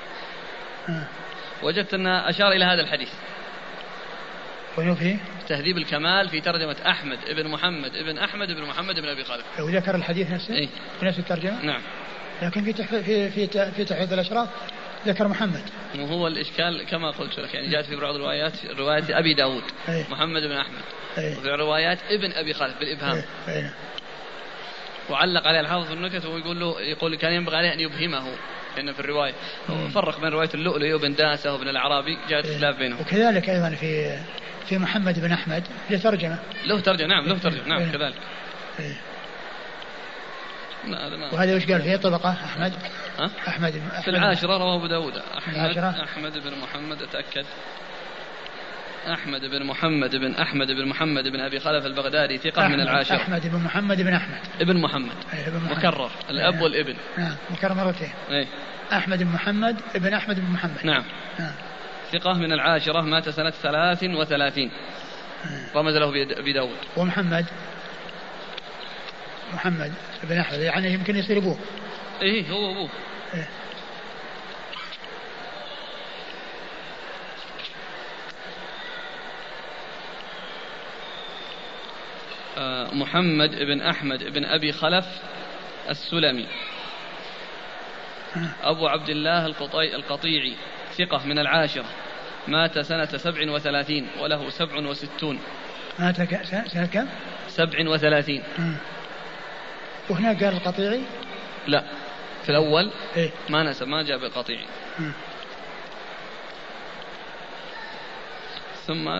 وجدت أن أشار إلى هذا الحديث. وفي تهذيب الكمال في ترجمة أحمد ابن محمد ابن أحمد بن محمد بن أبي خلف. لو ذكر الحديث نفسه. إيه؟ في نفس الترجمة. نعم. لكن في تحفة الأشراف ذكر محمد. وهو الإشكال كما قلت لك يعني جاءت في بعض الروايات رواية أبي داود محمد بن أحمد وفي روايات ابن أبي خلف بالإبهام. وعلق عليه الحافظ في النكت ويقول كان ينبغي عليه أن يبهمه لأن في الرواية فرق بين رواية اللؤلؤي وبن داسة وابن العرابي جاءت خلاف بينهم. وكذلك أيضا في محمد بن أحمد له ترجمة. نعم كذلك. وهذا وش قال فيه طبقة أحمد؟ أحمد في العاشرة رواه أبو داود. أحمد بن محمد أتأكد. أحمد بن محمد بن أحمد بن محمد بن أبي خلف البغدادي ثقة من العاشرة. أحمد بن محمد بن أحمد ابن محمد مكرر الأب والابن. نعم مكرر مرتين. أحمد بن محمد ابن أحمد بن محمد. نعم. ثقة من العاشرة مات سنة 33 رمز له بداود. ومحمد بن أحمد يعني يمكن يصير أبوه. إيه هو أبوه. محمد بن أحمد بن أبي خلف السلمي أبو عبد الله القطيعي ثقة من العاشرة مات سنة 37 وله 67. مات سنة كم؟ 37. وهنا قال القطيعي؟ لا في الأول إيه؟ ما نسب، ما جاء بالقطيعي. ثم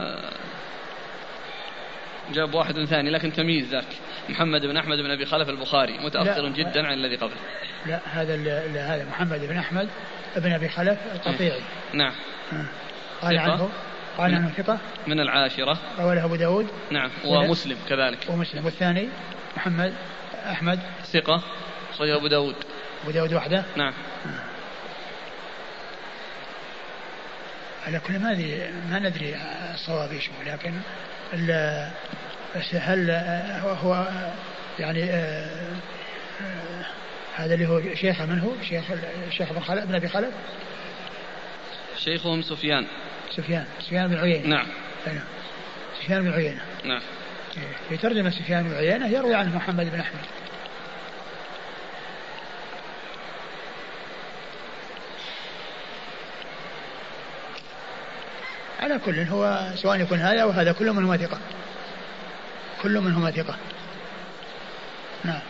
جاب واحد ثاني لكن تمييز ذاك محمد بن أحمد بن أبي خلف البخاري متأخر جدا عن الذي قبله. لا هذا محمد بن أحمد بن أبي خلف القطيعي. نعم. قال عنه ثقة من العاشرة، رواه أبو داود. نعم ومسلم كذلك. ومسلم. والثاني محمد أحمد ثقة أخرجه أبو داود. أبو داود وحده. نعم. على كل ما ندري الصواب ايش هو، لكن هل هو يعني هذا اللي هو شيخ من هو شيخ بن أبي خلف؟ شيخهم سفيان بن عيينة. نعم. سفيان بن عيينة. نعم. في ترجمة سفيان بن عيينة يروي عنه محمد بن أحمد. على كل هو سواء يكون هذا أو هذا كل منهما ثقة. نعم.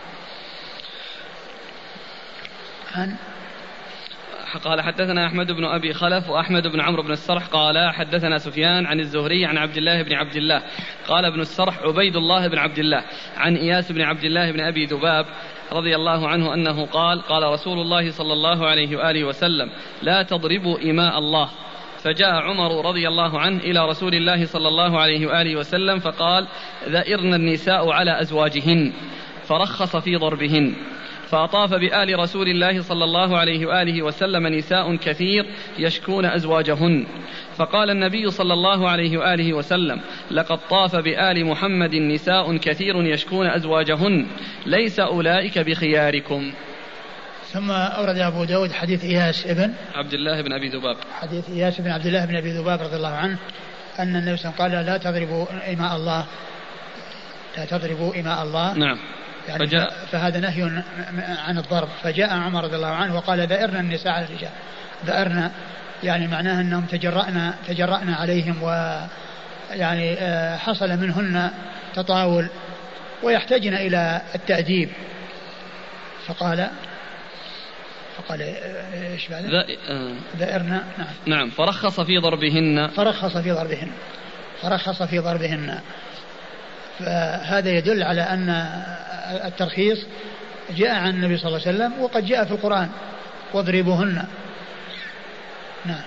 قال حدثنا أحمد بن أبي خلف وأحمد بن عمرو بن السرح قال حدثنا سفيان عن الزهري عن عبد الله بن عبد الله قال ابن السرح عبيد الله بن عبد الله عن إياس بن عبد الله بن أبي ذباب رضي الله عنه أنه قال رسول الله صلى الله عليه وآله وسلم لا تضربوا إماء الله. فجاء عمر رضي الله عنه إلى رسول الله صلى الله عليه وآله وسلم فقال ذئرن النساء على أزواجهن، فرخص في ضربهن. فأطاف بآل رسول الله صلى الله عليه وآله وسلم نساء كثير يشكون أزواجهن. فقال النبي صلى الله عليه وآله وسلم لقد طاف بآل محمد نساء كثير يشكون أزواجهن، ليس أولئك بخياركم. ثم أورد أبو داود حديث إياس ابن عبد الله بن أبي ذباب، حديث إياس بن عبد الله بن أبي ذباب رضي الله عنه أن النبي صلى الله عليه وسلم قال لا تضربوا إماء الله. نعم. يعني فهذا نهي عن الضرب. فجاء عمر رضي الله عنه وقال ذئرنا النساء على الرجال. ذئرنا يعني معناه أنهم تجرأنا عليهم، ويعني حصل منهن تطاول ويحتاجن إلى التأديب. فقال ايش بعد؟ ذئرنا. نعم. فرخص في ضربهن. فهذا يدل على أن الترخيص جاء عن النبي صلى الله عليه وسلم وقد جاء في القرآن واضربوهن. نعم.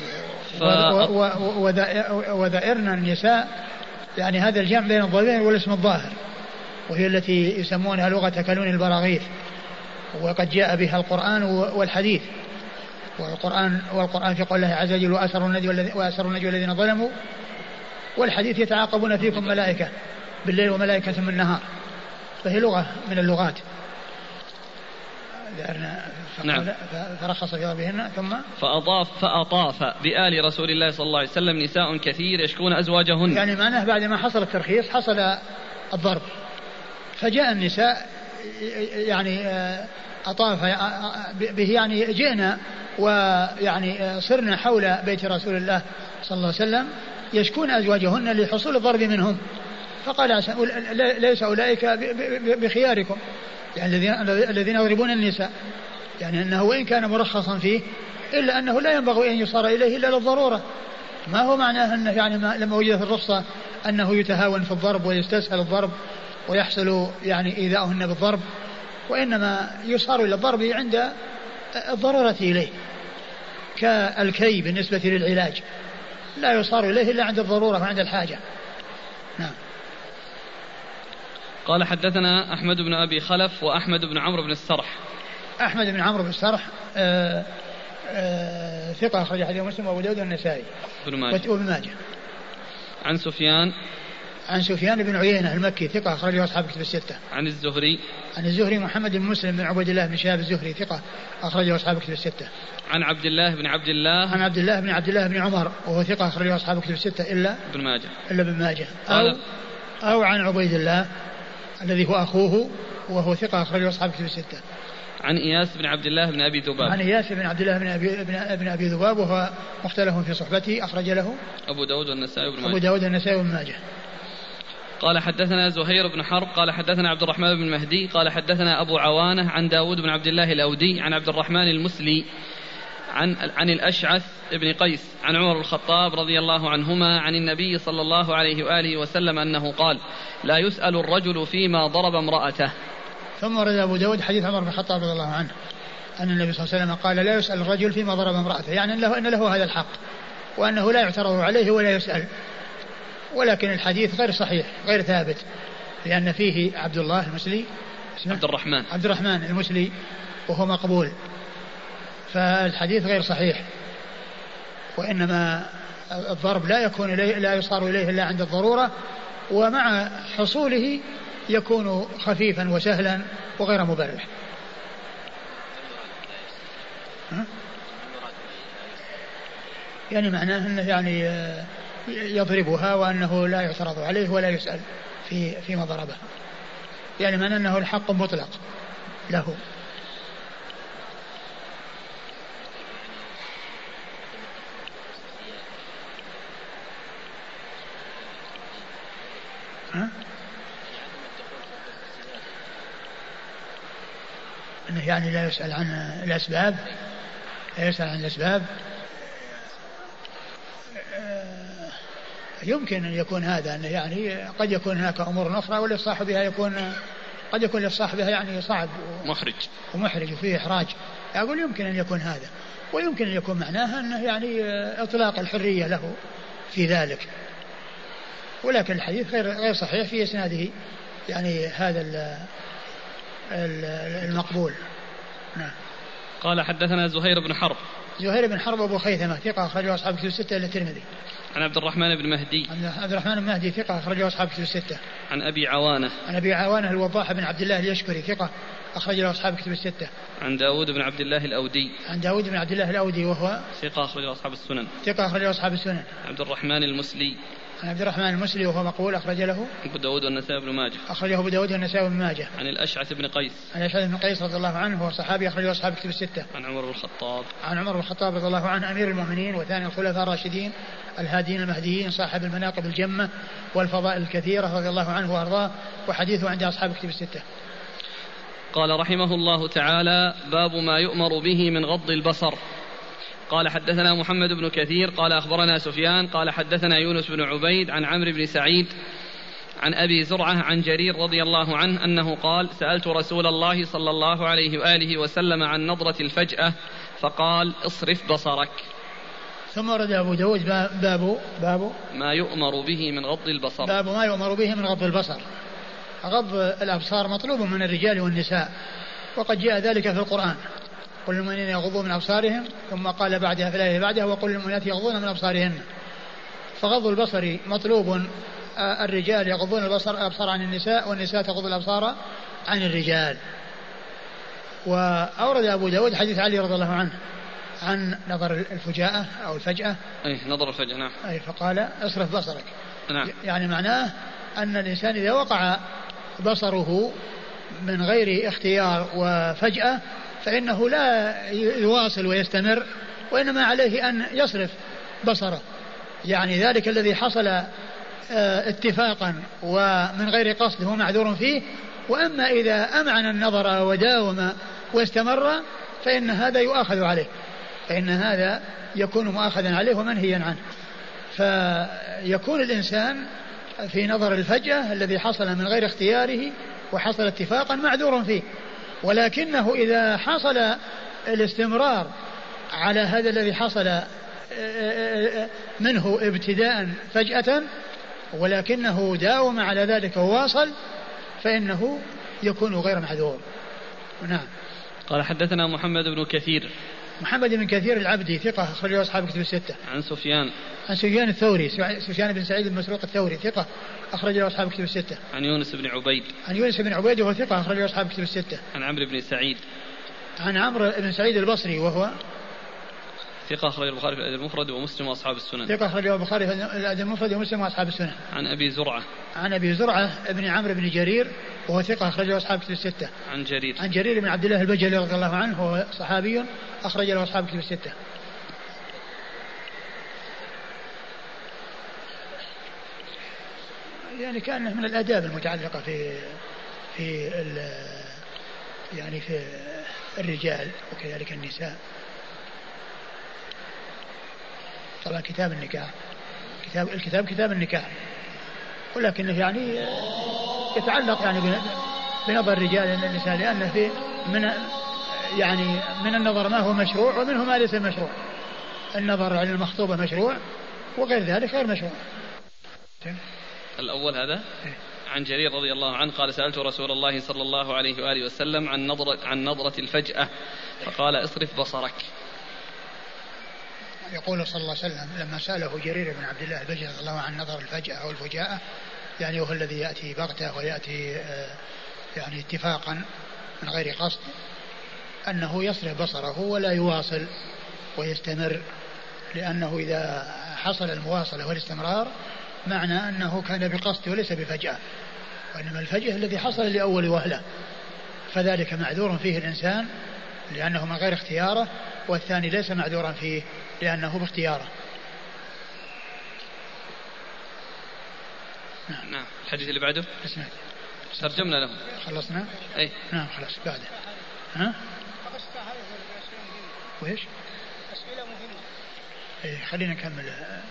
وذئرنا النساء يعني هذا الجمع بين الضمير والاسم الظاهر، وهي التي يسمونها لغة كلون البراغيث، وقد جاء بها القرآن والحديث. والقرآن في قول الله عز وجل وأسروا النجوى الذين ظلموا، والحديث يتعاقبون فيكم ملائكة بالليل وملائكة من النهار، فهي لغة من اللغات. نعم. فرخص في ضربهن ثم فأطاف بآل رسول الله صلى الله عليه وسلم نساء كثير يشكون أزواجهن، يعني معناه بعد ما حصل الترخيص حصل الضرب، فجاء النساء يعني أطاف به، يعني جئنا ويعني صرنا حول بيت رسول الله صلى الله عليه وسلم يشكون أزواجهن لحصول الضرب منهم. فقال ليس أولئك بخياركم، يعني الذين يضربون النساء، يعني أنه وإن كان مرخصا فيه إلا أنه لا ينبغي أن يصار إليه إلا للضرورة. ما هو معناه أنه يعني لما وجدت الرخصة أنه يتهاون في الضرب ويستسهل الضرب ويحصل يعني إيذاؤهن بالضرب، وإنما يصار إلى الضرب عند الضرورة إليه، كالكي بالنسبة للعلاج لا يصار إليه إلا عند الضرورة وعند الحاجة. نعم. قال حدثنا أحمد بن أبي خلف وأحمد بن عمرو بن السرح. أحمد بن عمرو بن السرح ثقة أخرج حديث مسلم وأبو داود والنسائي وابن ماجه. عن سفيان بن عيينة المكي ثقة أخرجه أصحاب كتب الستة. عن الزهري محمد بن مسلم بن عبد الله بن شهاب الزهري ثقة أخرجه أصحاب كتب الستة. عن عبد الله بن عبد الله بن عمر وهو ثقة أخرجه أصحاب كتب الستة إلا ابن ماجه. أو عن عبيد الله الذي هو أخوه وهو ثقة أخرجه أصحاب كتب الستة. عن إياس بن عبد الله بن أبي ذباب. عن إياس بن عبد الله بن أبي ذباب وهو مختلف في صحبته، أخرج له أبو داود والنسائي وابن ماجه. قال حدثنا زهير بن حرب قال حدثنا عبد الرحمن بن مهدي قال حدثنا أبو عوانة عن داود بن عبد الله الأودي عن عبد الرحمن المسلي عن الأشعث بن قيس عن عمر الخطاب رضي الله عنهما عن النبي صلى الله عليه وآله وسلم أنه قال لا يسأل الرجل فيما ضرب امرأته. ثم ورد أبو داود حديث عمر بن الخطاب رضي الله عنه أن النبي صلى الله عليه وسلم قال لا يسأل الرجل فيما ضرب امرأته، يعني أن له هذا الحق وأنه لا يعترض عليه ولا يسأل، ولكن الحديث غير صحيح غير ثابت لأن فيه عبد الله المسلي عبد الرحمن المسلي وهو مقبول، فالحديث غير صحيح، وإنما الضرب لا يصار إليه إلا عند الضرورة، ومع حصوله يكون خفيفا وسهلا وغير مبرح. يعني معناه أنه يعني يضربها وأنه لا يعترض عليه ولا يسأل فيما ضربه، يعني معناه أنه الحق مطلق له. أنه يعني لا يسأل عن الأسباب، لا يسأل عن الأسباب. يمكن أن يكون هذا أنه يعني قد يكون هناك أمور أخرى والإصلاح بها قد يكون الإصلاح بها يعني صعب ومحرج وفيه إحراج. أقول يمكن أن يكون هذا، ويمكن أن يكون معناها أنه يعني إطلاق الحرية له في ذلك، ولكن الحديث غير صحيح في إسناده يعني هذا المقبول. نعم. قال حدثنا زهير بن حرب أبو خيثمة ثقة أخرجه أصحاب كتب الستة إلا الترمذي. عن عبد الرحمن بن مهدي ثقة أخرجه أصحاب كتب الستة. عن أبي عوانة الوضاح بن عبد الله اليشكري ثقة أخرجه أصحاب كتب الستة. عن داود بن عبد الله الأودي وهو ثقة أخرجه أصحاب السنن. عبد الرحمن المسلي وهو مقبول أخرج له أبو داود والنسائي بن ماجه. أخرجه أبو داود والنسائي بن ماجه. عن الأشعث بن قيس رضي الله عنه وهو صحابي أخرجه أصحاب كتب الستة. عن عمر بن الخطاب رضي الله عنه أمير المؤمنين وثاني الخلفاء الراشدين الهادين المهديين صاحب المناقب الجمة والفضائل الكثيرة رضي الله عنه وأرضاه، وحديثه عند أصحاب كتب الستة. قال رحمه الله تعالى: باب ما يؤمر به من غض البصر. قال حدثنا محمد بن كثير قال أخبرنا سفيان قال حدثنا يونس بن عبيد عن عمرو بن سعيد عن أبي زرعة عن جرير رضي الله عنه أنه قال: سألت رسول الله صلى الله عليه وآله وسلم عن نظرة الفجأة فقال: اصرف بصرك. ثم ورد أبو داود باب ما يؤمر به من غض البصر. باب ما يؤمر به من غض البصر. غض الأبصار مطلوب من الرجال والنساء، وقد جاء ذلك في القرآن: قل للمؤمنين يغضوا من أبصارهم، ثم قال بعدها في الآية بعدها: وقل للمؤمنات يغضون من أبصارهن. فغض البصر مطلوب، الرجال يغضون الأبصار عن النساء، والنساء تغض الأبصار عن الرجال. وأورد أبو داود حديث علي رضي الله عنه عن نظر الفجاءة أو الفجأة. نظر الفجأة. نعم. فقال: اصرف بصرك. نعم. يعني معناه أن الإنسان إذا وقع بصره من غير اختيار وفجأة فإنه لا يواصل ويستمر، وإنما عليه أن يصرف بصره، يعني ذلك الذي حصل اتفاقا ومن غير قصد هو معذور فيه. وأما إذا أمعن النظر وداوم واستمر فإن هذا يؤاخذ عليه، فإن هذا يكون مؤاخذا عليه ومنهيا عنه. فيكون الإنسان في نظر الفجأة الذي حصل من غير اختياره وحصل اتفاقا معذور فيه، ولكنه إذا حصل الاستمرار على هذا الذي حصل منه ابتداء فجأة ولكنه داوم على ذلك وواصل فإنه يكون غير معذور. نعم. قال حدثنا محمد بن كثير العبدي ثقة أخرجه أصحاب كتب الستة. عن سفيان الثوري سفيان بن سعيد المسروق الثوري ثقة أخرجه أصحاب كتب الستة. عن يونس بن عبيد وهو ثقة أخرجه أصحاب كتب الستة. عن عمرو بن سعيد البصري وهو ثقة أخرج البخاري في الأدب المفرد ومسلم وأصحاب السنن. ثقة أخرجه البخاري في الأدب المفرد ومسلم وأصحاب السنن. عن أبي زرعة ابن عمرو بن جرير وهو ثقة أخرجه أصحاب كتب الستة. عن جرير بن عبد الله البجلي رضي الله عنه وهو صحابي أخرج له أصحاب كتب الستة. يعني كأنه من الآداب المتعلقة في يعني في الرجال وكذلك النساء. طبعا كتاب النكاح كتاب النكاح، ولكنه يعني يتعلق يعني بنظر الرجال النساء، لأن في من النظر ما هو مشروع ومنه ما ليس مشروع. النظر على المخطوبة مشروع وغير ذلك غير مشروع. الأول هذا عن جرير رضي الله عنه قال سألت رسول الله صلى الله عليه وآله وسلم عن نظرة الفجأة فقال اصرف بصرك. يقول صلى الله عليه وسلم لما سأله جرير بن عبد الله البجلي رضي الله عن نظر الفجأة أو الفجاءة، يعني وهو الذي يأتي بغتة ويأتي يعني اتفاقا من غير قصد، أنه يصرف بصره ولا يواصل ويستمر، لأنه إذا حصل المواصلة والاستمرار معنى أنه كان بقصد وليس بفجأة، وإنما الفجأة الذي حصل لأول وهلة، فذلك معذور فيه الإنسان لأنه من غير اختياره، والثاني ليس معذورا فيه لأنه باختياره. نعم. الحديث اللي بعده اسمع ترجمنا له. خلصنا؟ أي نعم خلاص بعده. ها؟ وإيش؟ أسئلة مهمة. خلينا نكمل.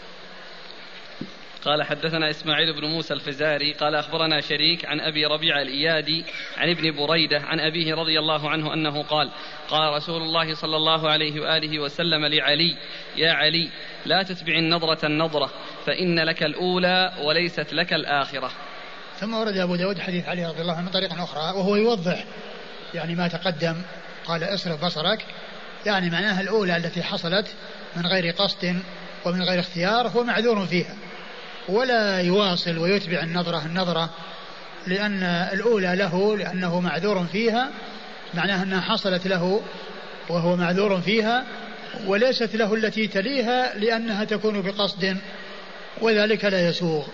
قال حدثنا إسماعيل بن موسى الفزاري قال أخبرنا شريك عن أبي ربيعة الإيادي عن ابن بريدة عن أبيه رضي الله عنه أنه قال قال رسول الله صلى الله عليه وآله وسلم لعلي يا علي لا تتبع النظرة فإن لك الأولى وليست لك الآخرة. ثم ورد أبو داود حديث علي رضي الله عنه من طريق أخرى وهو يوضح يعني ما تقدم. قال اصرف بصرك، يعني معناها الأولى التي حصلت من غير قصد ومن غير اختيار هو معذور فيها، ولا يواصل ويتبع النظرة لأن الأولى له لأنه معذور فيها، معناها أنها حصلت له وهو معذور فيها، وليست له التي تليها لأنها تكون بقصد وذلك لا يسوغ.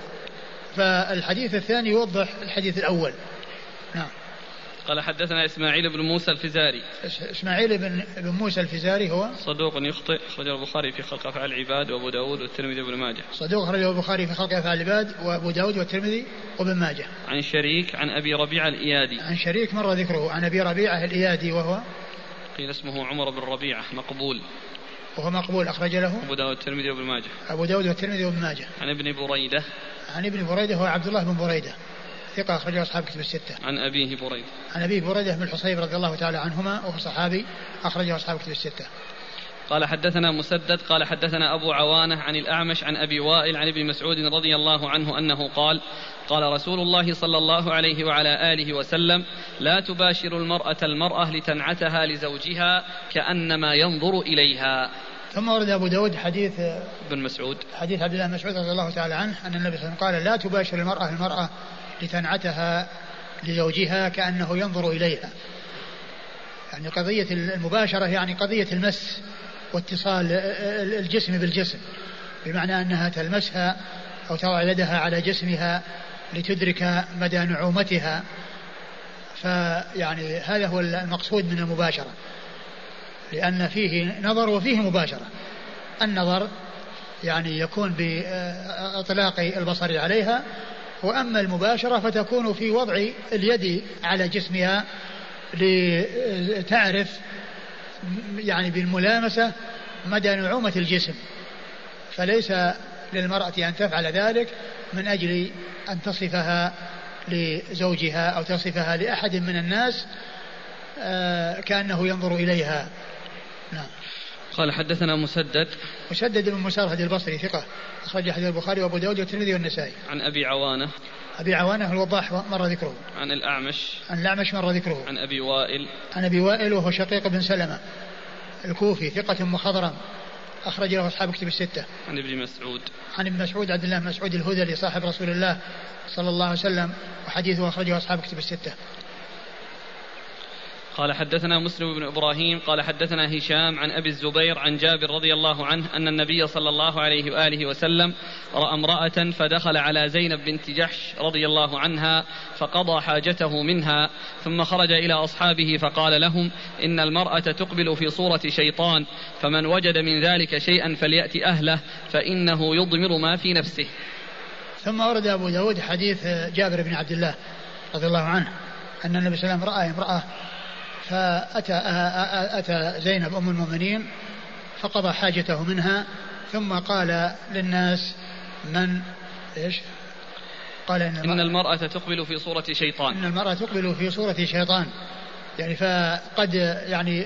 فالحديث الثاني يوضح الحديث الأول. نعم. قال حدثنا إسماعيل بن موسى الفزاري. إسماعيل بن موسى الفزاري هو صدوق يخطئ، أخرجه البخاري في خلق أفعال العباد وأبو داود والترمذي وابن ماجه. صدوق أخرجه البخاري في خلق أفعال العباد وأبو داود والترمذي وابن ماجه. عن شريك عن أبي ربيعة الإيادي. عن شريك مر ذكره. عن أبي ربيعة الإيادي وهو قيل اسمه عمر بن ربيعة مقبول، وهو مقبول أخرج له أبو داود والترمذي وابن ماجه. أبو داود والترمذي وابن ماجه. عن ابن بريدة. عن ابن بريدة هو عبد الله بن بريدة ثقة أخرجه أصحاب كتب الستة. عن أبيه بريدة. عن أبيه بريدة بن الحصيب رضي الله تعالى عنهما وهو صحابي أخرجه أصحاب كتب الستة. قال حدثنا مسدد قال حدثنا أبو عوانة عن الأعمش عن أبي وائل عن ابن مسعود رضي الله عنه أنه قال قال رسول الله صلى الله عليه وعلى آله وسلم لا تباشر المرأة لتنعتها لزوجها كأنما ينظر إليها. ثم ورد أبو داود حديث ابن مسعود حديث عبد الله بن مسعود رضي الله تعالى عنه أن النبي صلى الله عليه وسلم قال لا تباشر المرأة لتنعتها لزوجها كأنه ينظر إليها. يعني قضية المباشرة يعني قضية المس واتصال الجسم بالجسم، بمعنى أنها تلمسها أو تضع يدها على جسمها لتدرك مدى نعومتها. فيعني هذا هو المقصود من المباشرة، لأن فيه نظر وفيه مباشرة. النظر يعني يكون بإطلاق البصر عليها، وأما المباشرة فتكون في وضع اليد على جسمها لتعرف يعني بالملامسة مدى نعومة الجسم. فليس للمرأة أن تفعل ذلك من أجل أن تصفها لزوجها أو تصفها لأحد من الناس كأنه ينظر إليها. نعم. قال حدثنا مسدد بن مسرهد البصري ثقة أخرج حديث البخاري وأبو داود والترمذي والنسائي. عن أبي عوانة. أبي عوانة الوضاح مر ذكره. عن الأعمش. عن الأعمش مر ذكره. عن أبي وائل. عن أبي وائل وهو شقيق بن سلمة الكوفي ثقة مخضرم أخرج له أصحاب كتب الستة. عن ابن مسعود. عن ابن مسعود عبد الله بن مسعود الهذلي صاحب رسول الله صلى الله عليه وسلم وحديثه أخرجه أصحاب كتب الستة. قال حدثنا مسلم بن إبراهيم قال حدثنا هشام عن أبي الزبير عن جابر رضي الله عنه أن النبي صلى الله عليه وآله وسلم رأى امرأة فدخل على زينب بنت جحش رضي الله عنها فقضى حاجته منها ثم خرج إلى أصحابه فقال لهم إن المرأة تقبل في صورة شيطان فمن وجد من ذلك شيئا فليأتي أهله فإنه يضمر ما في نفسه. ثم ورد أبو داود حديث جابر بن عبد الله رضي الله عنه أن النبي صلى الله عليه وسلم رأى امرأة فأتى زينب أم المؤمنين فقضى حاجته منها ثم قال للناس من إيش؟ قال إن المرأة تقبل في صورة شيطان. إن المرأة تقبل في صورة شيطان، يعني فقد يعني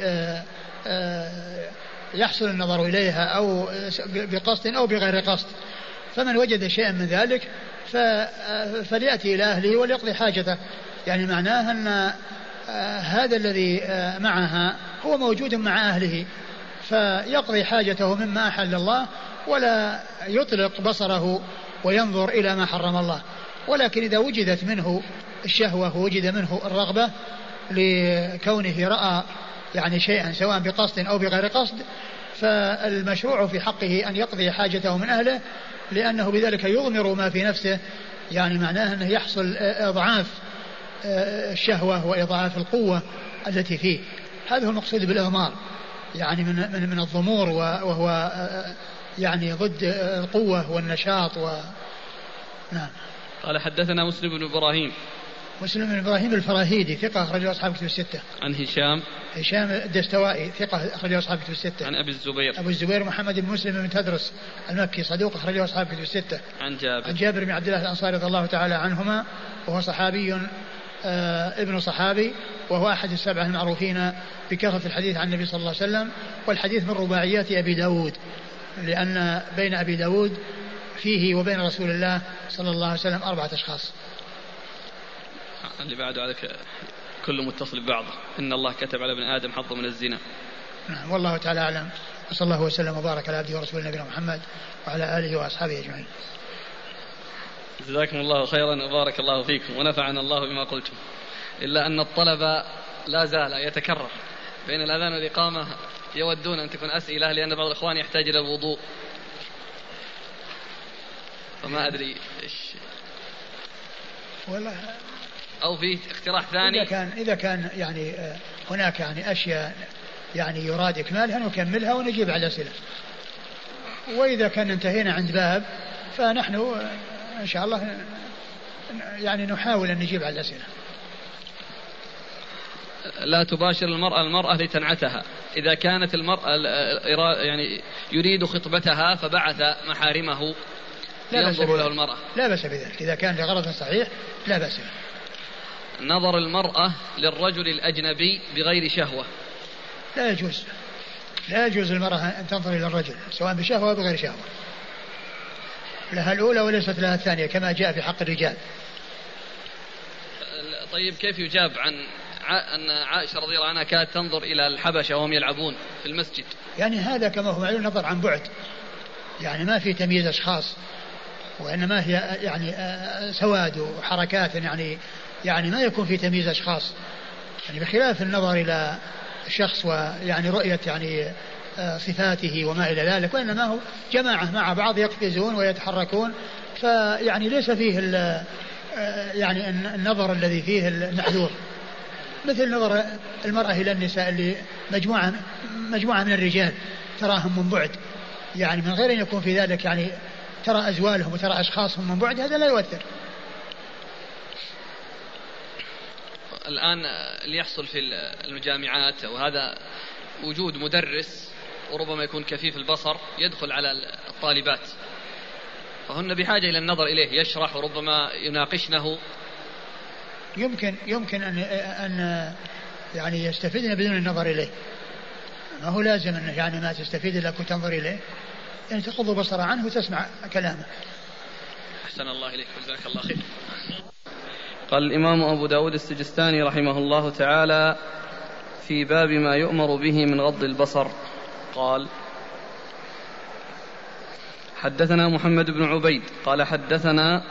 يحصل النظر إليها أو بقصد أو بغير قصد، فمن وجد شيئا من ذلك فليأتي إلى أهله وليقضي حاجته. يعني معناه أن هذا الذي معها هو موجود مع أهله فيقضي حاجته مما أحل الله ولا يطلق بصره وينظر إلى ما حرم الله. ولكن إذا وجدت منه الشهوة ووجد منه الرغبة لكونه رأى يعني شيئا سواء بقصد أو بغير قصد فالمشروع في حقه أن يقضي حاجته من أهله، لأنه بذلك يضمر ما في نفسه، يعني معناه أنه يحصل إضعاف الشهوة وإضعاف القوة التي فيه. هذا هو المقصود بالإضمار، يعني من الضمور، وهو يعني ضد القوة والنشاط نعم. قال حدثنا مسلم بن إبراهيم الفراهيدي ثقة أخرجه أصحاب كتب الستة. عن هشام الدستوائي ثقة أخرجه أصحاب كتب الستة. عن أبي الزبير محمد بن مسلم بن تدرس المكي صدوق أخرجه أصحاب كتب الستة. عن جابر بن عبد الله الأنصاري رضي الله تعالى عنهما وهو صحابي ابن صحابي، وهو أحد السبعة المعروفين بكثرة الحديث عن النبي صلى الله عليه وسلم، والحديث من رباعيات أبي داود، لأن بين أبي داود فيه وبين رسول الله صلى الله عليه وسلم 4 أشخاص. اللي بعده على كل متصل ببعضه. إن الله كتب على ابن آدم حظه من الزنا. نعم، والله تعالى أعلم، وصلى الله وسلم وبارك على عبده ورسوله نبينا محمد وعلى آله وأصحابه أجمعين. جزاكم الله خيرا وبارك الله فيكم ونفعنا الله بما قلتم. إلا أن الطلب لا زال يتكرر بين الأذان والإقامة، يودون أن تكون أسئلة لأن بعض الإخوان يحتاج إلى الوضوء، فما أدري إيش والله، أو في اقتراح ثاني. إذا كان يعني هناك يعني أشياء يعني يراد إكمالها نكملها ونجيب على الأسئلة، وإذا كان انتهينا عند باب فنحن إن شاء الله يعني نحاول أن نجيب على الأسئلة. لا تباشر المرأة لتنعتها. إذا كانت المرأة يعني يريد خطبتها فبعث محارمه ينظر له المرأة، لا بأس بذلك إذا كان لغرض صحيح، لا بأس به. نظر المرأة للرجل الأجنبي بغير شهوة لا يجوز المرأة أن تنظر إلى الرجل سواء بشهوة أو بغير شهوة، لها الأولى وليست لها الثانية كما جاء في حق الرجال. طيب كيف يجاب عن أن عائشة رضي الله عنها كانت تنظر إلى الحبشة وهم يلعبون في المسجد؟ يعني هذا كما هو معلوم نظر عن بعد، يعني ما في تمييز أشخاص، وإنما هي يعني سواد وحركات، يعني ما يكون في تمييز أشخاص، يعني بخلاف النظر إلى الشخص ويعني رؤية يعني صفاته وما إلى ذلك، وإنما هو جماعة مع بعض يقفزون ويتحركون، فيعني ليس فيه يعني النظر الذي فيه المحذور، مثل نظر المرأة إلى النساء اللي مجموعة من الرجال تراهم من بعد، يعني من غير أن يكون في ذلك يعني ترى أزوالهم وترى أشخاصهم من بعد، هذا لا يؤثر. الآن اللي يحصل في الجامعات وهذا وجود مدرس وربما يكون كفيف البصر يدخل على الطالبات، فهن بحاجة إلى النظر إليه يشرح وربما يناقشنه. يمكن أن يعني يستفيدن بدون النظر إليه، ما هو لازم أن يعني ما تستفيد إلا كنت تنظر إليه، يعني تغض البصر عنه وتسمع كلامه. أحسن الله إليك وجزاك الله خير. قال الإمام أبو داود السجستاني رحمه الله تعالى في باب ما يؤمر به من غض البصر قال: حدثنا محمد بن عبيد قال حدثنا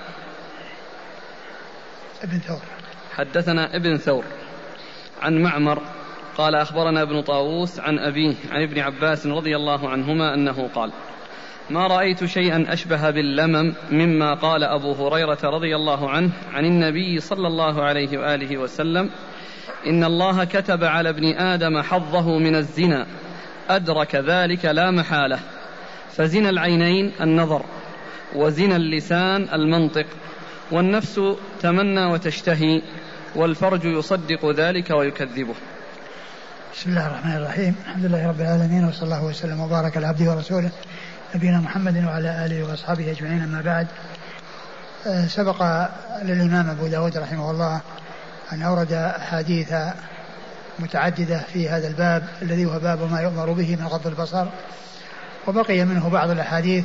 ابن ثور عن معمر قال أخبرنا ابن طاووس عن أبيه عن ابن عباس رضي الله عنهما أنه قال: ما رأيت شيئا أشبه باللمم مما قال أبو هريرة رضي الله عنه عن النبي صلى الله عليه وآله وسلم: إن الله كتب على ابن آدم حظه من الزنا، أدرك ذلك لا محالة، فزنا العينين النظر، وزنا اللسان المنطق، والنفس تمنى وتشتهي، والفرج يصدق ذلك ويكذبه. بسم الله الرحمن الرحيم. الحمد لله رب العالمين، وصلى الله وسلم وبارك على عبده ورسوله نبينا محمد وعلى آله وأصحابه أجمعين. أما بعد، سبق للإمام أبو داود رحمه الله أن أورد أحاديث متعددة في هذا الباب الذي هو باب ما يؤمر به من غض البصر، وبقي منه بعض الأحاديث،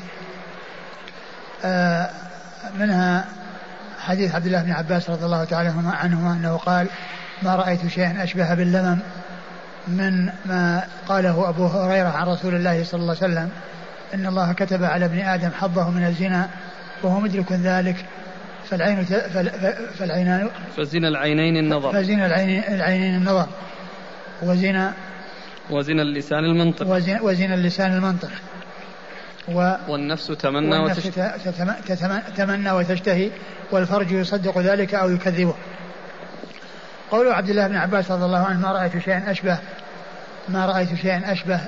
منها حديث عبد الله بن عباس رضي الله تعالى عنهما أنه قال: ما رأيت شيئا أشبه باللمم من ما قاله أبو هريرة عن رسول الله صلى الله عليه وسلم: إن الله كتب على ابن آدم حظه من الزنا وهو مدرك ذلك، فزنا العينين النظر، وزنا اللسان المنطق، وزنا اللسان المنطق، والنفس تمنى وتشتهي، والفرج يصدق ذلك أو يكذبه. قول عبد الله بن عباس رضي الله عنه: ما رأيت شيئا أشبه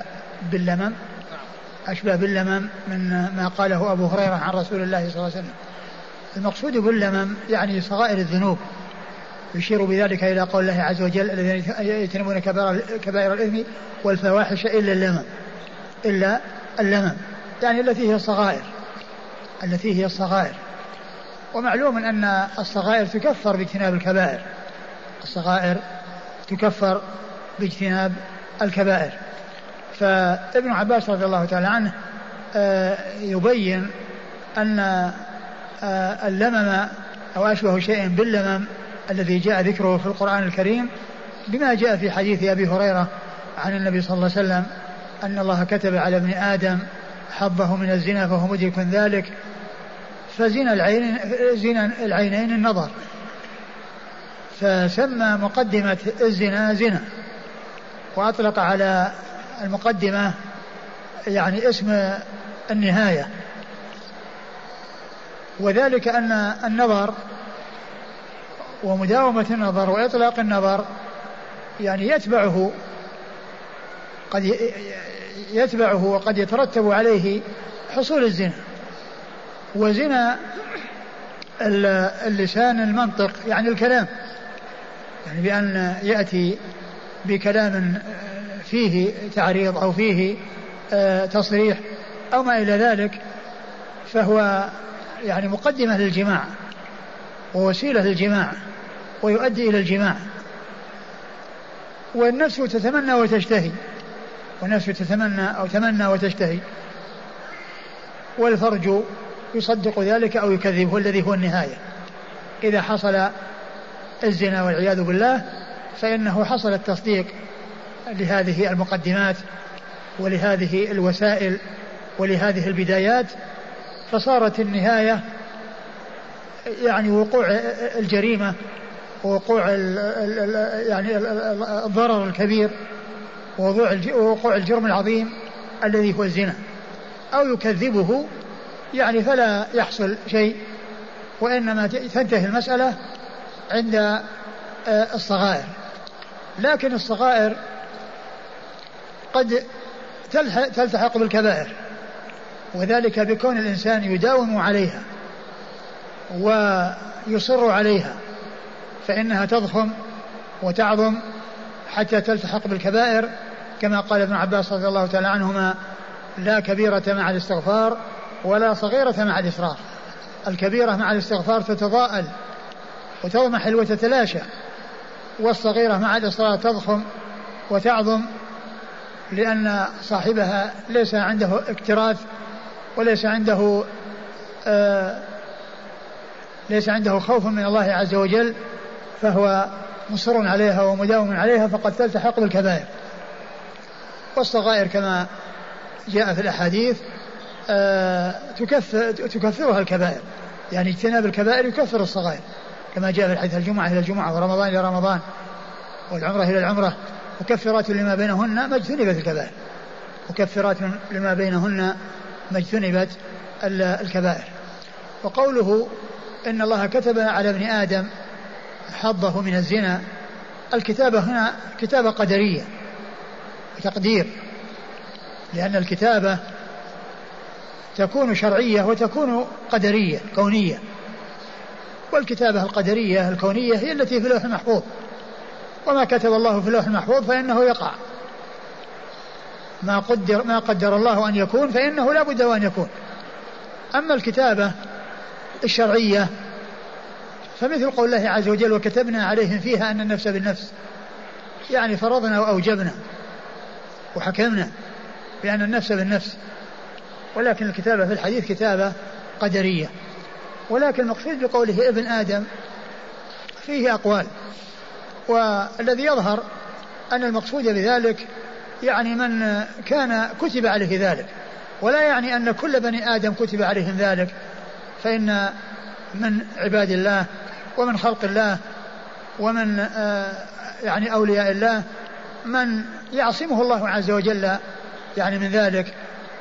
باللمم من ما قاله أبو هريرة عن رسول الله صلى الله عليه وسلم. المقصود باللمم يعني صغائر الذنوب، يشير بذلك إلى قول الله عز وجل: الذين يجتنبون كبائر الإثم والفواحش إلا اللمم، يعني التي هي الصغائر. ومعلوم أن الصغائر تكفر باجتناب الكبائر. فابن عباس رضي الله تعالى عنه يبين أن اللمم أو أشبه شيء باللمم الذي جاء ذكره في القرآن الكريم بما جاء في حديث أبي هريرة عن النبي صلى الله عليه وسلم أن الله كتب على ابن آدم حظه من الزنا فهو مدرك ذلك، فزنا العينين النظر، فسمى مقدمة الزنا زنا، وأطلق على المقدمة يعني اسم النهاية. وذلك أن النظر ومداومة النظر وإطلاق النظر يعني يتبعه وقد يترتب عليه حصول الزنا. وزنا اللسان المنطق يعني الكلام، يعني بأن يأتي بكلام فيه تعريض أو فيه تصريح أو ما إلى ذلك، فهو يعني مقدمة للجماع ووسيلة للجماع ويؤدي إلى الجماع. والنفس تتمنى وتشتهي، والفرج يصدق ذلك أو يكذبه الذي هو النهاية. إذا حصل الزنا والعياذ بالله فإنه حصل التصديق لهذه المقدمات ولهذه الوسائل ولهذه البدايات، فصارت النهاية يعني وقوع الجريمة ووقوع يعني الضرر الكبير ووقوع الجرم العظيم الذي هو الزنا، أو يكذبه يعني فلا يحصل شيء، وإنما تنتهي المسألة عند الصغائر. لكن الصغائر قد تلتحق بالكبائر، وذلك بكون الإنسان يداوم عليها ويصر عليها، فإنها تضخم وتعظم حتى تلتحق بالكبائر، كما قال ابن عباس رضي الله تعالى عنهما: لا كبيرة مع الاستغفار ولا صغيرة مع الإسراف. الكبيرة مع الاستغفار تتضاءل وتضمحل وتتلاشى، والصغيرة مع الإصرار تضخم وتعظم، لأن صاحبها ليس عنده اكتراث وليس عنده خوف من الله عز وجل، فهو مصر عليها ومداوم عليها، فقد تلتحق بالكبائر. والصغائر كما جاء في الأحاديث تكفرها الكبائر، يعني اجتناب الكبائر يكفر الصغائر، كما جاء في الحديث: الجمعة إلى الجمعة ورمضان إلى رمضان والعمرة إلى العمرة مكفرات لما بينهن ما اجتنبت الكبائر، مكفرات لما بينهن ما اجتنبت الكبائر. وقوله إن الله كتب على ابن آدم حظه من الزنا، الكتابة هنا كتابة قدرية وتقدير، لأن الكتابة تكون شرعية وتكون قدرية كونية. والكتابة القدرية الكونية هي التي في اللوح المحفوظ، وما كتب الله في اللوح المحفوظ فإنه يقع، ما قدر الله أن يكون فإنه لا بد وأن يكون. أما الكتابة الشرعية فمثل قول الله عز وجل وكتبنا عليهم فيها أن النفس بالنفس، يعني فرضنا وأوجبنا وحكمنا بأن النفس بالنفس. ولكن الكتابة في الحديث كتابة قدرية. ولكن المقصود بقوله ابن آدم فيه أقوال، والذي يظهر أن المقصود بذلك يعني من كان كتب عليه ذلك، ولا يعني أن كل بني آدم كتب عليهم ذلك، فإن من عباد الله ومن خلق الله ومن يعني أولياء الله من يعصمه الله عز وجل يعني من ذلك.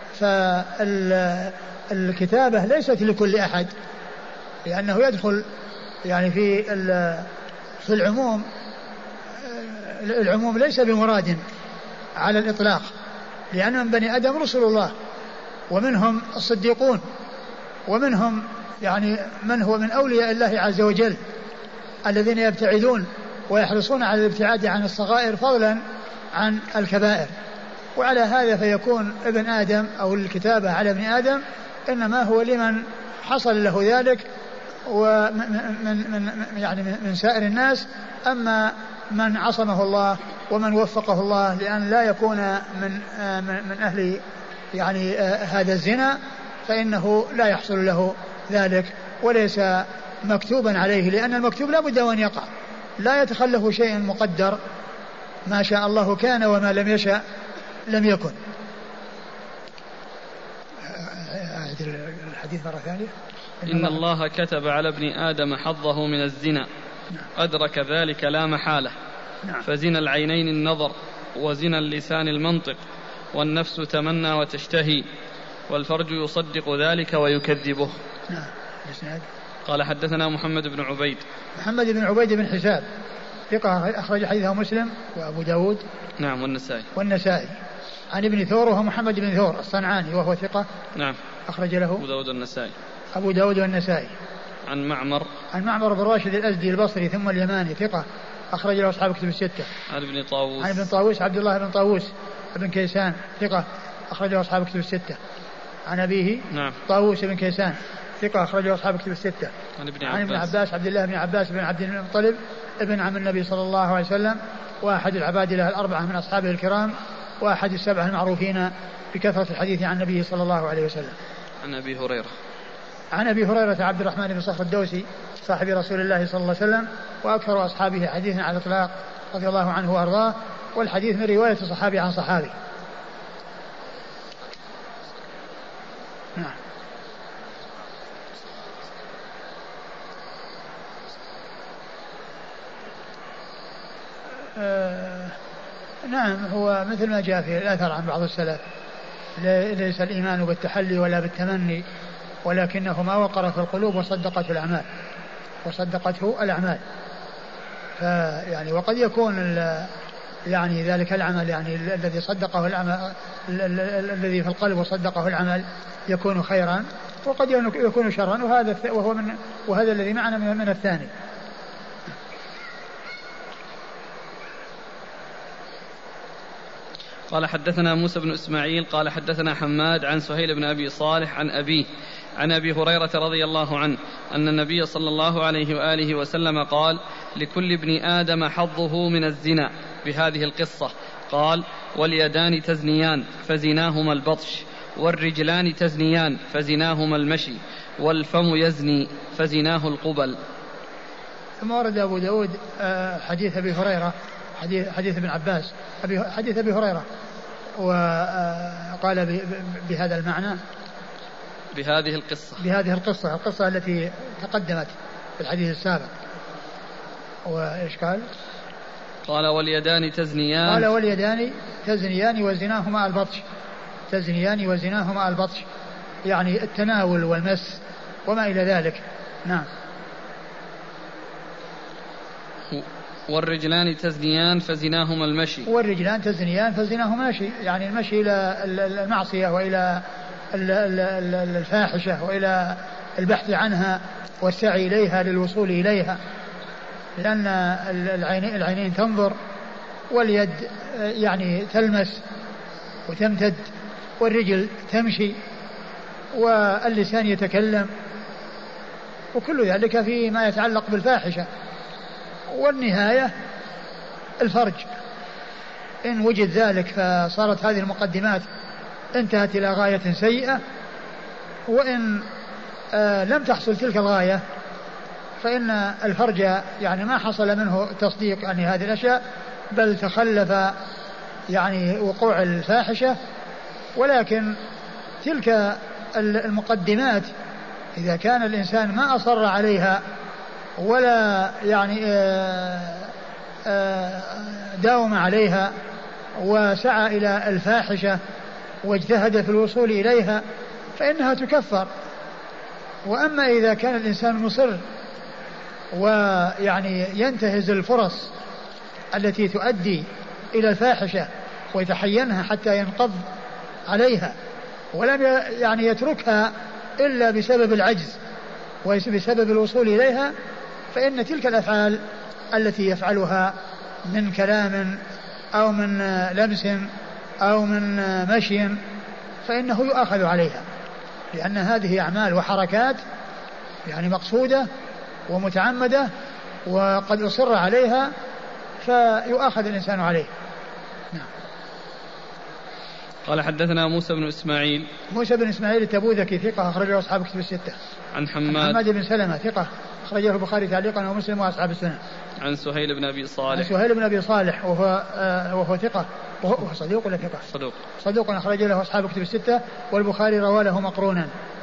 فالكتابة ليست لكل أحد، لأنه يدخل يعني في العموم. العموم ليس بمراد على الإطلاق، لأن من بني آدم رسل الله، ومنهم الصديقون، ومنهم يعني من هو من أولياء الله عز وجل الذين يبتعدون ويحرصون على الابتعاد عن الصغائر فضلا عن الكبائر. وعلى هذا فيكون ابن آدم أو الكتابة على ابن آدم إنما هو لمن حصل له ذلك ومن يعني من سائر الناس. أما من عصمه الله ومن وفقه الله لأن لا يكون من أهل يعني هذا الزنا فإنه لا يحصل له ذلك، وليس مكتوبا عليه، لأن المكتوب لا بد وأن يقع، لا يتخلف شيء مقدر، ما شاء الله كان وما لم يشأ لم يكن. الحديث مرة ثانية. إن الله كتب على ابن آدم حظه من الزنا، أدرك ذلك لا محالة. فزنا العينين النظر، وزنا اللسان المنطق، والنفس تمنى وتشتهي، والفرج يصدق ذلك ويكذبه. قال حدثنا محمد بن عبيد. محمد بن عبيد بن حساب ثقة أخرج حديثه مسلم وأبو داود نعم والنسائي. عن ابن ثور وهو محمد بن ثور الصنعاني وهو ثقة نعم أخرج له أبو داود والنسائي. عن معمر بن راشد الأزدي البصري ثم اليماني ثقة أخرج له أصحاب كتب الستة. عن ابن طاووس عبد الله بن طاووس بن كيسان ثقة أخرج له أصحاب كتب الستة. عن أبيه طاووس بن كيسان ثقة أخرج له أصحاب كتب الستة. عن ابن عباس عبد الله بن عباس بن عبد المطلب ابن عم النبي صلى الله عليه وسلم، وأحد العباد له الأربعة من أصحابه الكرام، وأحد السبعة المعروفين بكثرة الحديث عن النبي صلى الله عليه وسلم. عن أبي هريرة عبد الرحمن بن صخر الدوسي صاحب رسول الله صلى الله عليه وسلم، وأكثر أصحابه حديثا على الإطلاق رضي الله عنه وأرضاه، والحديث من رواية صحابي عن صحابي. نعم. نعم هو مثل ما جاء في الأثر عن بعض السلف، ليس الإيمان بالتحلي ولا بالتمني، ولكنه ما وقر في القلوب وصدقته الأعمال. فيعني وقد يكون يعني ذلك العمل يعني الذي صدقه العمل الذي في القلب وصدقه العمل يكون خيرا، وقد يكون شرا، وهذا الذي معنا من الثاني. قال حدثنا موسى بن إسماعيل قال حدثنا حماد عن سهيل بن أبي صالح عن أبيه عن أبي هريرة رضي الله عنه أن النبي صلى الله عليه وآله وسلم قال: لكل ابن آدم حظه من الزنا، بهذه القصة. قال: واليدان تزنيان فزناهما البطش، والرجلان تزنيان فزناهما المشي، والفم يزني فزناه القبل. ثم ورد أبو داود حديث أبي هريرة، حديث ابن عباس، حديث أبي هريرة، وقال بهذا المعنى، بهذه القصة التي تقدمت في الحديث السابق. وإيش قال؟ قال: واليدان تزنيان وزناهما البطش، يعني التناول والمس وما إلى ذلك. نعم. والرجلان تزنيان فزناهما المشي، يعني المشي إلى المعصية وإلى الفاحشة وإلى البحث عنها والسعي إليها للوصول إليها، لأن العينين تنظر، واليد يعني تلمس وتمتد، والرجل تمشي، واللسان يتكلم، وكل ذلك فيما يتعلق بالفاحشة. والنهاية الفرج، إن وجد ذلك فصارت هذه المقدمات انتهت إلى غاية سيئة، وإن لم تحصل تلك الغاية فإن الفرج يعني ما حصل منه تصديق يعني هذه الأشياء، بل تخلف يعني وقوع الفاحشة. ولكن تلك المقدمات إذا كان الإنسان ما أصر عليها ولا يعني داوم عليها وسعى إلى الفاحشة واجتهد في الوصول إليها فإنها تكفر. وأما إذا كان الإنسان مصر ويعني ينتهز الفرص التي تؤدي إلى الفاحشة ويتحينها حتى ينقض عليها ولم يعني يتركها إلا بسبب العجز وبسبب الوصول إليها، فإن تلك الأفعال التي يفعلها من كلام أو من لمس أو من مشي فإنه يؤاخذ عليها، لأن هذه أعمال وحركات يعني مقصودة ومتعمدة وقد أصر عليها فيؤاخذ الإنسان عليه. نعم. قال حدثنا موسى بن إسماعيل. موسى بن إسماعيل التبوذكي ثقة أخرجه أصحاب كتب الستة. عن حماد بن سلمة ثقة أخرجه البخاري تعليقا ومسلم وأصحاب السنن. عن سهيل بن أبي صالح. عن سهيل بن أبي صالح وهو ثقة، وهو صدوق ولا ثقة؟ صدوق أخرج له أصحاب كتب الستة والبخاري رواه له مقرونا.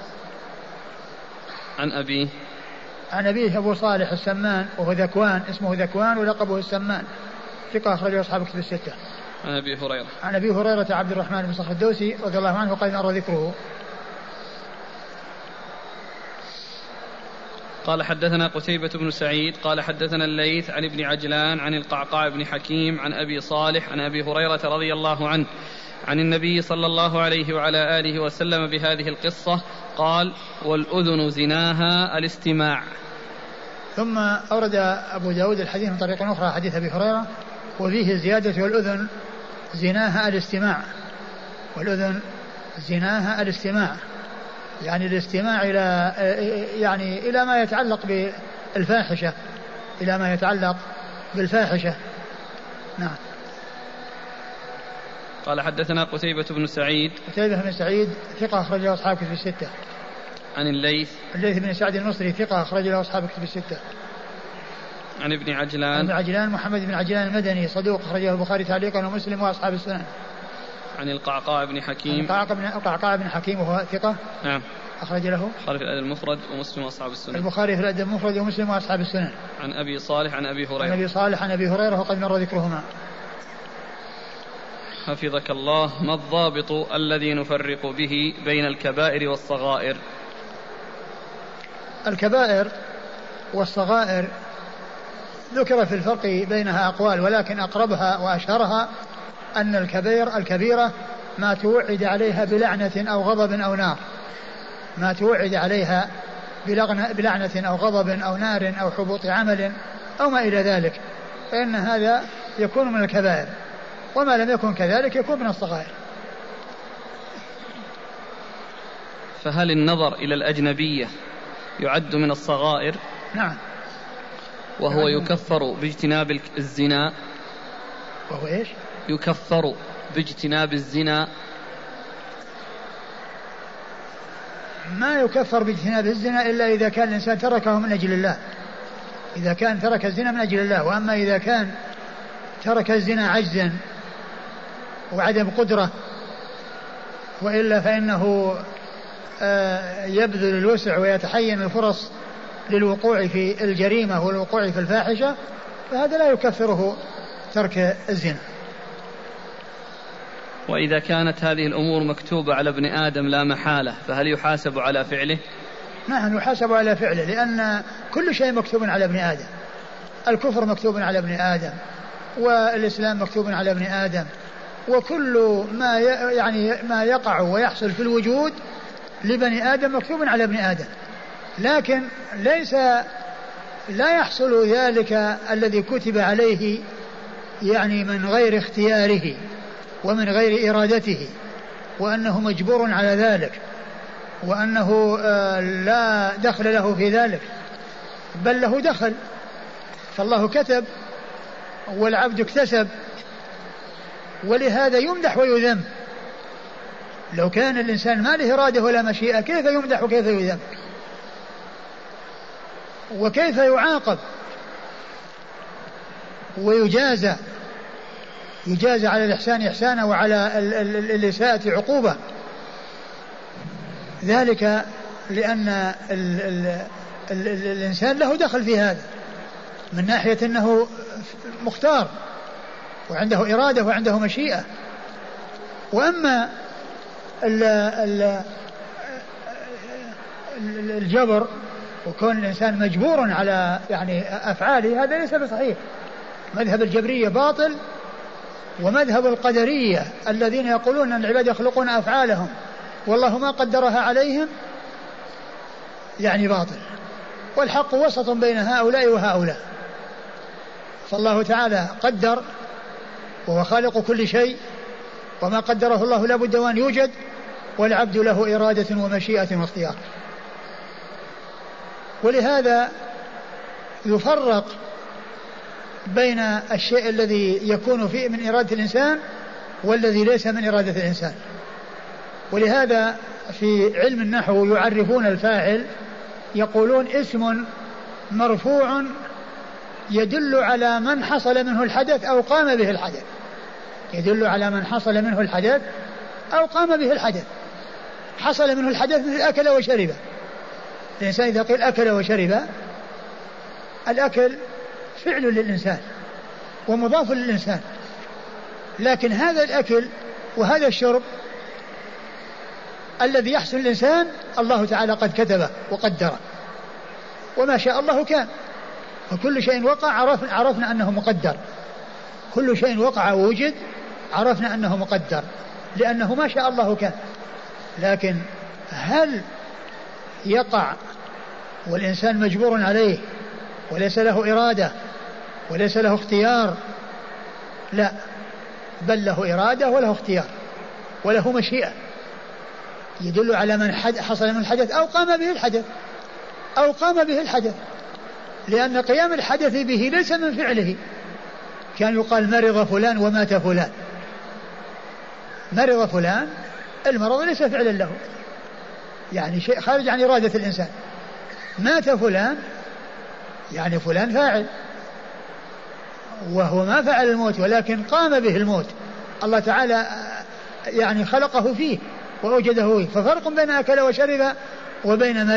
عن أبيه أبو صالح السمان وهو ذكوان، اسمه ذكوان ولقبه السمان، ثقة أخرجه أصحاب كتب الستة. عن أبي هريرة عبد الرحمن بن صخر الدوسي رضي الله عنه وقد مر ذكره. قال حدثنا قتيبة بن سعيد قال حدثنا الليث عن ابن عجلان عن القعقاع بن حكيم عن أبي صالح عن أبي هريرة رضي الله عنه عن النبي صلى الله عليه وعلى آله وسلم بهذه القصة قال: والأذن زناها الاستماع. ثم أورد أبو داود الحديث من طريق أخرى حديث أبي هريرة وفيه زيادة: والأذن زناها الاستماع. والأذن زناها الاستماع، يعني الاستماع إلى ما يتعلق بالفاحشة، إلى ما يتعلق بالفاحشة. نعم. قال حدثنا قتيبة بن سعيد. قتيبة بن سعيد ثقة أخرج له أصحاب كتب الستة. عن الليث بن سعد المصري ثقة أخرج له أصحاب كتب الستة. عن ابن عجلان محمد بن عجلان المدني صدوق أخرجه البخاري تعليقا ومسلم وأصحاب السنن. عن القعقاع بن حكيم. القعقاع بن حكيم وهو ثقة. نعم. أخرج له البخاري في الأدب المفرد ومسلم وأصحاب السنن. البخاري في الأدب المفرد ومسلم وأصحاب السنن. عن أبي صالح عن أبي هريرة. عن أبي صالح عن أبي هريرة وقد مر ذكرهما. حفظك الله. ما الضابط الذي نفرق به بين الكبائر والصغائر؟ الكبائر والصغائر ذكر في الفرق بينها أقوال، ولكن أقربها وأشهرها أن الكبيرة ما توعد عليها بلعنة أو غضب أو نار، ما توعد عليها بلعنة أو غضب أو نار أو حبوط عمل أو ما إلى ذلك، فإن هذا يكون من الكبائر، وما لم يكن كذلك يكون من الصغائر. فهل النظر إلى الأجنبية يعد من الصغائر؟ نعم. وهو يكفر باجتناب الزنا. وهو إيش؟ يكفر باجتناب الزنا. ما يكفر باجتناب الزنا إلا إذا كان الإنسان تركه من أجل الله، إذا كان ترك الزنا من أجل الله. وأما إذا كان ترك الزنا عجزا وعدم قدرة وإلا فإنه يبذل الوسع ويتحين الفرص للوقوع في الجريمة والوقوع في الفاحشة، فهذا لا يكفره ترك الزنا. وإذا كانت هذه الأمور مكتوبة على ابن آدم لا محالة، فهل يحاسب على فعله؟ نعم يحاسب على فعله، لأن كل شيء مكتوب على ابن آدم. الكفر مكتوب على ابن آدم، والإسلام مكتوب على ابن آدم، وكل ما يقع ويحصل في الوجود لبني آدم مكتوب على ابن آدم، لكن لا يحصل ذلك الذي كتب عليه يعني من غير اختياره ومن غير إرادته، وأنه مجبور على ذلك، وأنه لا دخل له في ذلك، بل له دخل. فالله كتب والعبد اكتسب، ولهذا يمدح ويذم. لو كان الإنسان ما له إرادة ولا مشيئة كيف يمدح وكيف يذم وكيف يعاقب ويجازى على الإحسان إحسانا وعلى الإساءة عقوبة. ذلك لأن الإنسان له دخل في هذا من ناحية أنه مختار وعنده إرادة وعنده مشيئة. وأما الجبر وكون الإنسان مجبور على يعني أفعاله هذا ليس بصحيح. مذهب الجبرية باطل، ومذهب القدرية الذين يقولون أن العباد يخلقون أفعالهم والله ما قدرها عليهم يعني باطل. والحق وسط بين هؤلاء وهؤلاء. فالله تعالى قدر وهو خالق كل شيء، وما قدره الله لا بد وأن يوجد، والعبد له إرادة ومشيئة واختيار. ولهذا يفرق بين الشيء الذي يكون فيه من إرادة الإنسان والذي ليس من إرادة الإنسان. ولهذا في علم النحو يعرفون الفاعل، يقولون اسم مرفوع يدل على من حصل منه الحدث أو قام به الحدث، يدل على من حصل منه الحدث أو قام به الحدث. حصل منه الحدث مثل أكل وشرب. الإنسان إذا قيل أكل وشرب، الأكل فعل للإنسان ومضاف للإنسان، لكن هذا الأكل وهذا الشرب الذي يحصل الإنسان الله تعالى قد كتبه وقدره، وما شاء الله كان. وكل شيء وقع عرفنا أنه مقدر. كل شيء وقع ووجد عرفنا أنه مقدر لأنه ما شاء الله كان. لكن هل يقع والإنسان مجبور عليه وليس له إرادة وليس له اختيار؟ لا، بل له إرادة وله اختيار وله مشيئة، يدل على من حصل من الحدث أو قام به الحدث أو قام به الحدث، لأن قيام الحدث به ليس من فعله. كان يقال مرض فلان ومات فلان. مرض فلان، المرض ليس فعلا له، يعني شيء خارج عن إرادة الإنسان. مات فلان، يعني فلان فاعل، وهو ما فعل الموت ولكن قام به الموت. الله تعالى يعني خلقه فيه وأوجده فيه. ففرق بين أكل وشرب وبين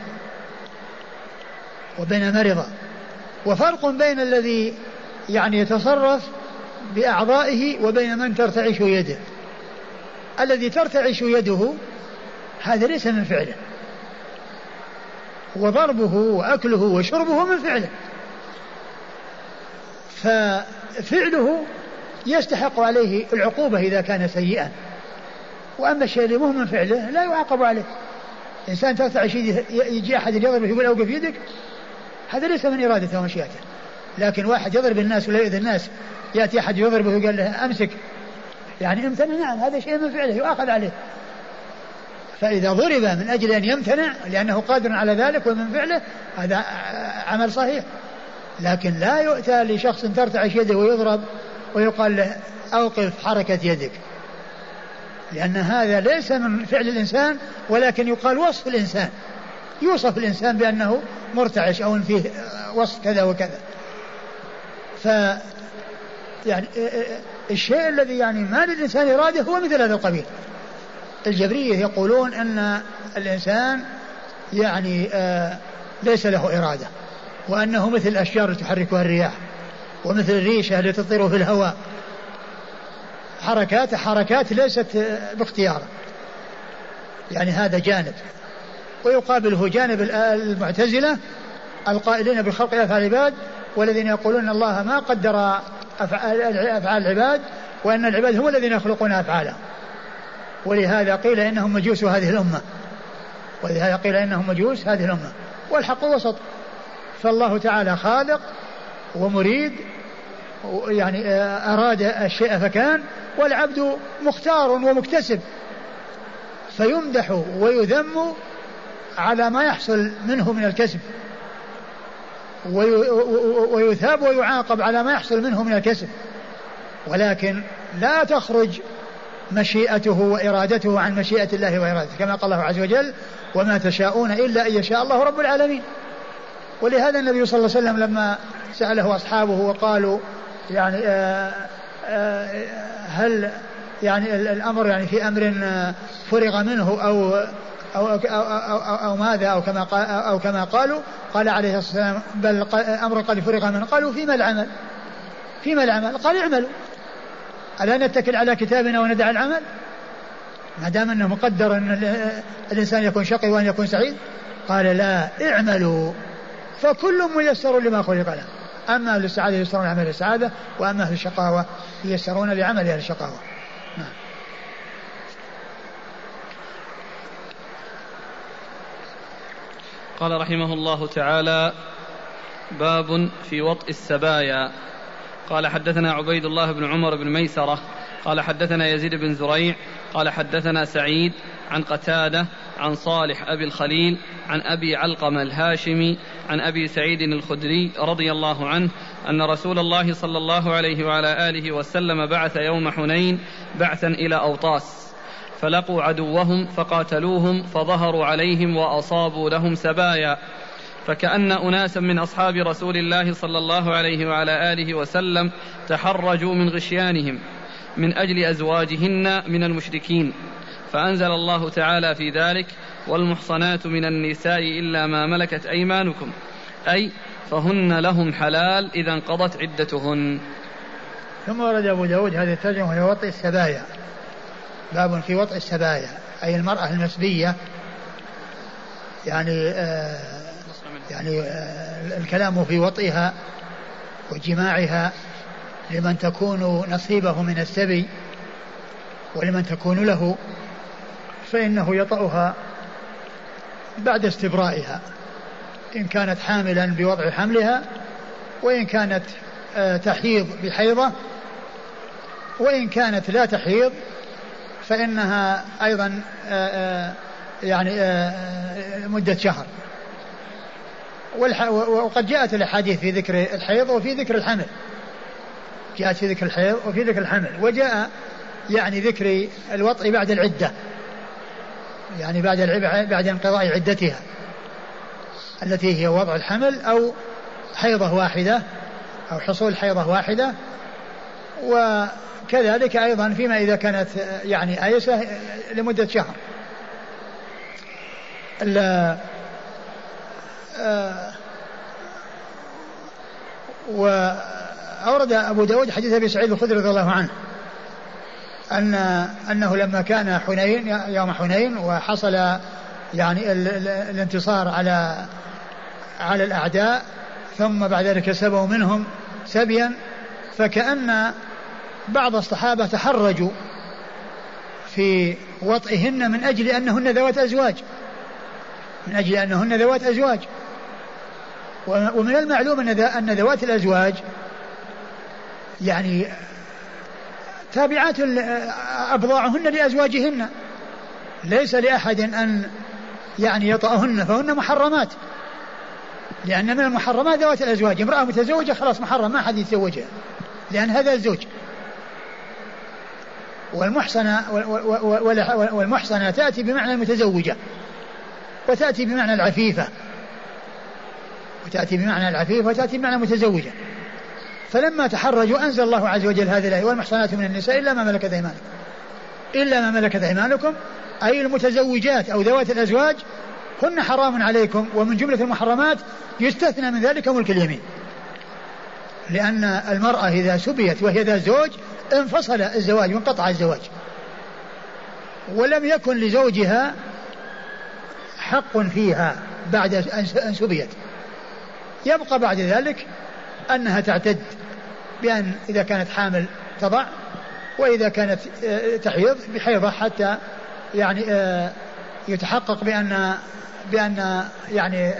مرض، وفرق بين الذي يعني يتصرف بأعضائه وبين من ترتعش يده. الذي ترتعش يده هذا ليس من فعله، وضربه وأكله وشربه من فعله، ففعله يستحق عليه العقوبة إذا كان سيئا. وأما الشيء اللي مو من فعله لا يعاقب عليه. إنسان ترتعش يجي أحد يضربه يقول أوقف يدك، هذا ليس من إرادته ومشيئته. لكن واحد يضرب الناس ولا يؤذي الناس، يأتي أحد يضربه ويقول له أمسك، يعني امتنع، نعم هذا شيء من فعله يؤاخذ عليه. فإذا ضرب من أجل أن يمتنع لأنه قادر على ذلك ومن فعله هذا عمل صحيح. لكن لا يؤتى لشخص ترتعش يده ويضرب ويقال له أوقف حركة يدك، لأن هذا ليس من فعل الإنسان، ولكن يقال وصف الإنسان، يوصف الإنسان بأنه مرتعش أو فيه وصف كذا وكذا. يعني الشيء الذي يعني ما للإنسان إرادة هو مثل هذا القبيل. الجبرية يقولون أن الإنسان يعني ليس له إرادة، وأنه مثل الأشجار التي تحركها الرياح، ومثل الريشة التي تطير في الهواء، حركات ليست باختياره. يعني هذا جانب. ويقابله جانب المعتزلة القائلين بخلق أفعال العباد، والذين يقولون الله ما قدر أفعال العباد، وأن العباد هم الذين يخلقون أفعالهم. ولهذا قيل إنهم مجوس هذه الأمة، ولهذا قيل إنهم مجوس هذه الأمة. والحق وسط، فالله تعالى خالق ومريد، يعني أراد الشيء فكان، والعبد مختار ومكتسب، فيمدح ويذم على ما يحصل منه من الكسب، ويثاب ويعاقب على ما يحصل منه من الكسب، ولكن لا تخرج مشيئته وإرادته عن مشيئة الله وإرادته، كما قال الله عز وجل: وما تشاءون إلا أن يشاء الله رب العالمين. ولهذا النبي صلى الله عليه وسلم لما سأله أصحابه وقالوا يعني هل يعني الأمر يعني في أمر فرغ منه أو ماذا أو كما قالوا، قال عليه الصلاة والسلام: بل أمر قد فرغ منه. قالوا: فيما العمل؟ قال: اعملوا. ألا نتكل على كتابنا وندع العمل؟ ما دام أنه مقدر أن الإنسان يكون شقي وأن يكون سعيد. قال: لا، اعملوا فكل ميسر لما خلق له، أما أهل السعادة ييسرون لعمل السعادة، وأما أهل الشقاوة ييسرون لعمل أهل الشقاوة. قال رحمه الله تعالى: باب في وطء السبايا. قال: حدثنا عبيد الله بن عمر بن ميسرة قال: حدثنا يزيد بن زريع قال: حدثنا سعيد عن قتادة عن صالح أبي الخليل عن أبي علقمة الهاشمي عن أبي سعيد الخدري رضي الله عنه أن رسول الله صلى الله عليه وعلى آله وسلم بعث يوم حنين بعثا إلى أوطاس، فلقوا عدوهم فقاتلوهم فظهروا عليهم وأصابوا لهم سبايا، فكأن أناسا من أصحاب رسول الله صلى الله عليه وعلى آله وسلم تحرجوا من غشيانهم من أجل أزواجهن من المشركين، فأنزل الله تعالى في ذلك: والمحصنات من النساء إلا ما ملكت أيمانكم، أي فهن لهم حلال إذا انقضت عدتهن. ثم ورد أبو داود هذه الترجمة وهي وطء السبايا. باب في وطء السبايا، أي المرأة المسبية، يعني الكلام في وطئها وجماعها لمن تكون نصيبه من السبي ولمن تكون له، فإنه يطأها بعد استبرائها، إن كانت حاملا بوضع حملها، وإن كانت تحيض بحيضة، وإن كانت لا تحيض فإنها أيضا مدة شهر. وقد جاءت الأحاديث في ذكر الحيض وفي ذكر الحمل، جاءت في ذكر الحيض وفي ذكر الحمل، وجاء يعني ذكر الوطء بعد العدة، يعني بعد انقضاء عدتها التي هي وضع الحمل أو حيضة واحدة أو حصول حيضة واحدة، وكذلك أيضا فيما إذا كانت يعني آيسة لمدة شهر. وأورد أبو داود حديث أبي سعيد الخدري رضي الله عنه أنه لما كان حنين يوم حنين وحصل يعني الانتصار على الأعداء، ثم بعد ذلك سبوا منهم سبيا، فكأن بعض الصحابة تحرجوا في وطئهن من أجل أنهن ذوات أزواج، ومن المعلوم أن ذوات الأزواج يعني تابعات أبضاعهن لأزواجهن، ليس لأحد أن يعني يطأهن، فهن محرمات، لأن من المحرمات ذوات الأزواج. امرأة متزوجة خلاص محرم، ما حد يتزوجها لأن هذا الزوج. والمحصنة تأتي بمعنى المتزوجة، وتأتي بمعنى العفيفة، وتأتي بمعنى المتزوجة. فلما تحرجوا أنزل الله عز وجل هذه الآية: والمحصنات من النساء إلا ما ملكت أيمانكم، أي المتزوجات أو ذوات الأزواج هن حرام عليكم. ومن جملة المحرمات يستثنى من ذلك ملك اليمين، لأن المرأة إذا سبيت وهي ذات زوج انفصل الزواج وانقطع الزواج، ولم يكن لزوجها حق فيها بعد أن سبيت، يبقى بعد ذلك أنها تعتد بأن إذا كانت حامل تضع، وإذا كانت تحيض بحيضة حتى يعني يتحقق بأن يعني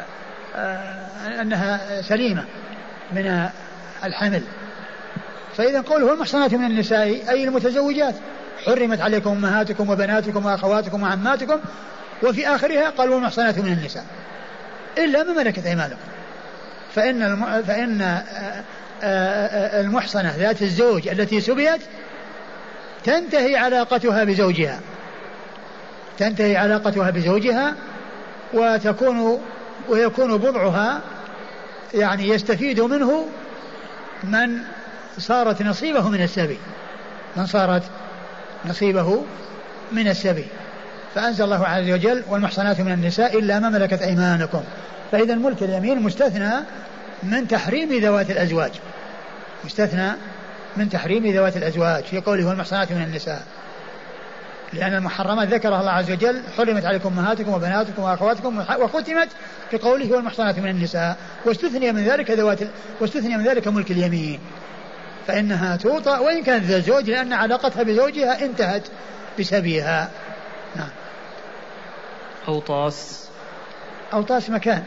أنها سليمة من الحمل. فإذا قوله المحصنات من النساء أي المتزوجات، حرمت عليكم أمهاتكم وبناتكم وأخواتكم وعماتكم، وفي آخرها قالوا المحصنات من النساء إلا ما ملكت أيمانكم. فإن المحصنة ذات الزوج التي سبيت تنتهي علاقتها بزوجها ويكون بضعها يعني يستفيد منه من صارت نصيبه من السبي. فأنزل الله عز وجل والمحصنات من النساء إلا ما ملكت أيمانكم. فإذا الملك اليمين مستثنى من تحريم ذوات الأزواج في قوله والمحصنات من النساء، لأن المحرمات ذكرها الله عز وجل حرمت عليكم أمهاتكم وبناتكم وأخواتكم، وختمت في قوله والمحصنات من النساء، واستثني من ذلك ملك اليمين، فإنها توطأ وإن كانت ذا زوج، لأن علاقتها بزوجها انتهت بسبيها. نعم. أوطاس مكان.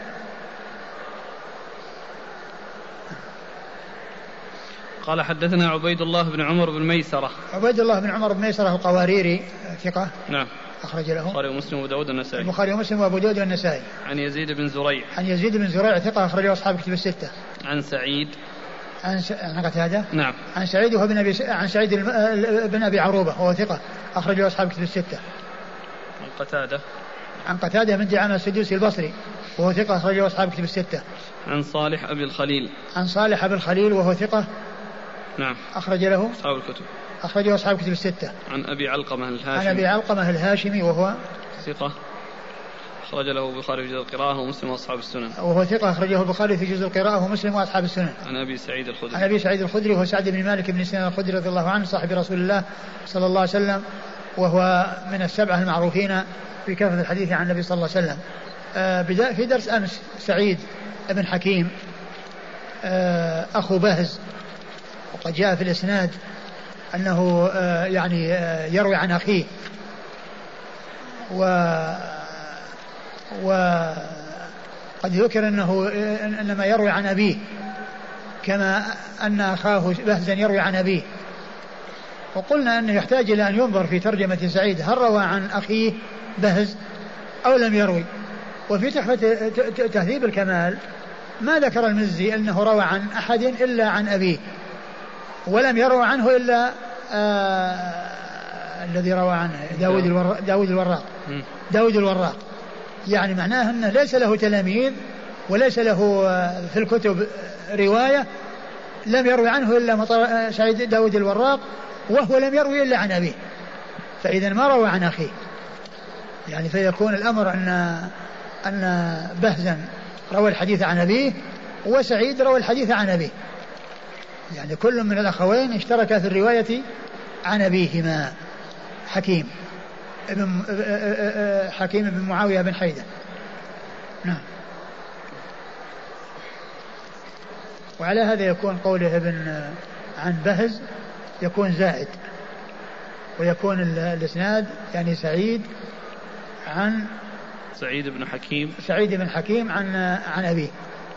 قال حدثنا عبيد الله بن عمر بن ميسرة. القواريري ثقة. نعم. أخرج له البخاري ومسلم وأبو داود والنسائي. عن يزيد بن زريع ثقة أخرجه أصحاب الكتب الستة. عن سعيد عن قتادة. نعم. عن سعيد بن أبي عروبة وهو ثقة أخرجه أصحاب الكتب الستة. عن قتادة بن دعامة السدوسي البصري وهو ثقة أخرجه أصحاب الكتب الستة. عن صالح أبي الخليل وهو ثقة. نعم. أخرجه أصحاب الكتب الستة. عن أبي علقمة الهاشمي وهو ثقة أخرج له البخاري في جزء القراءة ومسلم وأصحاب السنن. وهو ثقة أخرجه البخاري في جزء القراءة ومسلم وأصحاب السنن. عن أبي سعيد الخدري وهو سعد بن مالك بن سنان الخدري رضي الله عنه صاحب رسول الله صلى الله عليه وسلم، وهو من السبعة المعروفين في كثرة الحديث عن النبي صلى الله عليه وسلم. في درس أمس سعيد بن حكيم أخو بهز، وقد جاء في الإسناد أنه يعني يروي عن أخيه، وقد ذكر أنه إنما يروي عن أبيه، كما أن أخاه بهزا يروي عن أبيه. وقلنا أنه يحتاج إلى أن ينظر في ترجمة سعيد هل روى عن أخيه بهز أو لم يروي. وفي تحفة تهذيب الكمال ما ذكر المزي أنه روى عن أحد إلا عن أبيه، ولم يروى عنه إلا الذي روى عنه داود الوراق. يعني معناه أنه ليس له تلاميذ وليس له في الكتب رواية، لم يروي عنه إلا سعيد داود الوراق، وهو لم يروي إلا عن أبيه، فإذا ما روى عن أخيه. يعني فيكون الأمر أن بهزا روى الحديث عن أبيه وسعيد روى الحديث عن أبيه، يعني كل من الأخوين اشترك في الرواية عن أبيهما، حكيم بن معاوية بن حيدة. نعم. وعلى هذا يكون قوله عن بهز يكون زائد، ويكون الإسناد يعني سعيد بن حكيم عن أبيه.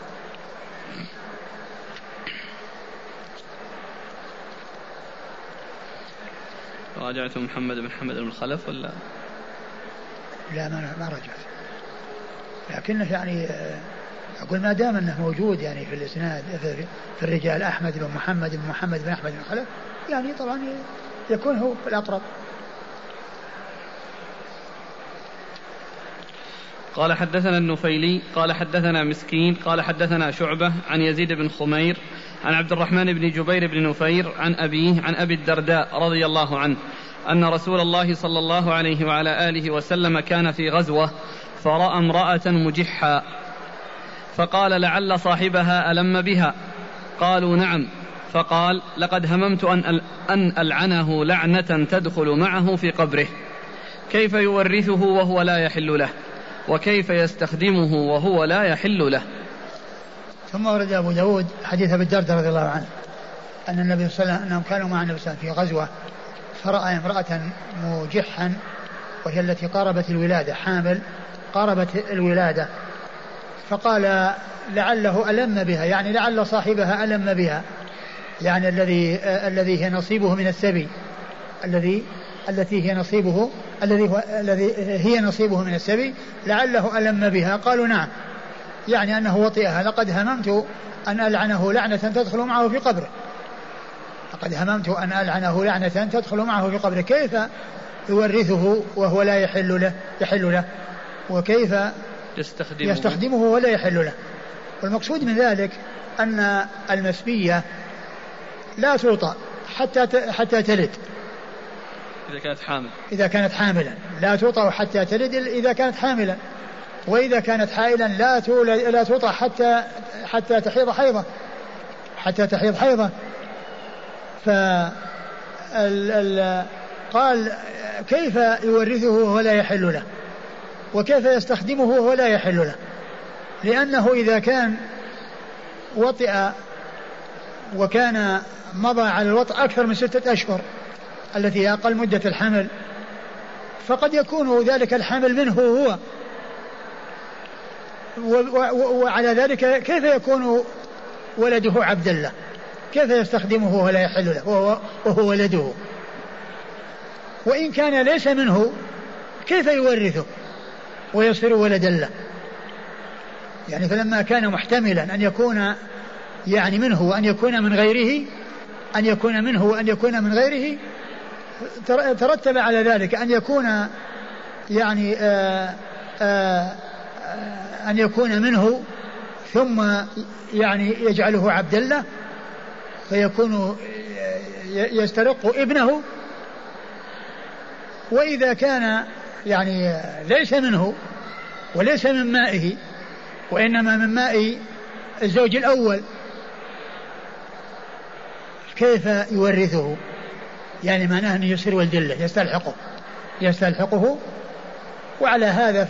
راجعت محمد بن الخلف ولا لا؟ ما رجعت، لكنه يعني أقول ما دام أنه موجود يعني في الإسناد في الرجال أحمد بن محمد بن أحمد بن خلف، يعني طبعا يكون هو في الأقرب. قال حدثنا النفيلي قال حدثنا مسكين قال حدثنا شعبة عن يزيد بن خمير عن عبد الرحمن بن جبير بن نفير عن أبيه عن أبي الدرداء رضي الله عنه أن رسول الله صلى الله عليه وعلى آله وسلم كان في غزوة فرأى امرأة مجحا فقال لعل صاحبها ألم بها، قالوا نعم، فقال لقد هممت أن ألعنه لعنة تدخل معه في قبره، كيف يورثه وهو لا يحل له، وكيف يستخدمه وهو لا يحل له. ثم ورد أبو داود حديث أبي الدرداء رضي الله عنه أن النبي صلى الله عليه وسلم أنهم كانوا مع النبي صلى الله عليه وسلم في غزوة فرأى امرأة مجحا وهي التي قاربت الولادة، حامل قاربت الولادة، فقال لعله ألم بها، يعني لعل صاحبها ألم بها، يعني الذي هي نصيبه من السبي، التي هي نصيبه من السبي، لعله ألم بها. قالوا نعم، يعني أنه وطئها. لقد هممت أن ألعنه لعنة تدخل معه في قبره، لقد هممت أن ألعنه لعنة تدخل معه في قبره. كيف يورثه وهو لا يحل له وكيف يستخدمه ولا يحل له؟ والمقصود من ذلك أن المسبية لا توطأ حتى تلد إذا كانت حاملا، لا توطأ حتى تلد إذا كانت حاملا، وإذا كانت حائلا لا توطأ حتى تحيض حيضة. قال كيف يورثه وهو لا يحل له وكيف يستخدمه وهو لا يحل له؟ لأنه إذا كان وطئ وكان مضى على الوطء أكثر من 6 أشهر التي هي أقل مدة الحمل، فقد يكون ذلك الحمل منه هو، وعلى ذلك كيف يكون ولده عبد الله؟ كيف يستخدمه ولا يحل له وهو ولده؟ وإن كان ليس منه كيف يورثه ويصير ولدا له؟ يعني فلما كان محتملا أن يكون يعني منه وأن يكون من غيره، أن يكون منه وأن يكون من غيره، ترتب على ذلك أن يكون يعني أن يكون منه ثم يعني يجعله عبد الله فيكون يسترق ابنه. وإذا كان يعني ليس منه وليس من مائه وإنما من ماء الزوج الأول، كيف يورثه؟ يعني معناه أنه يصير ولد له، يستلحقه. وعلى هذا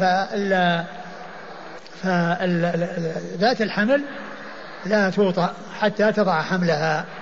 ذات الحمل لا توطأ حتى تضع حملها.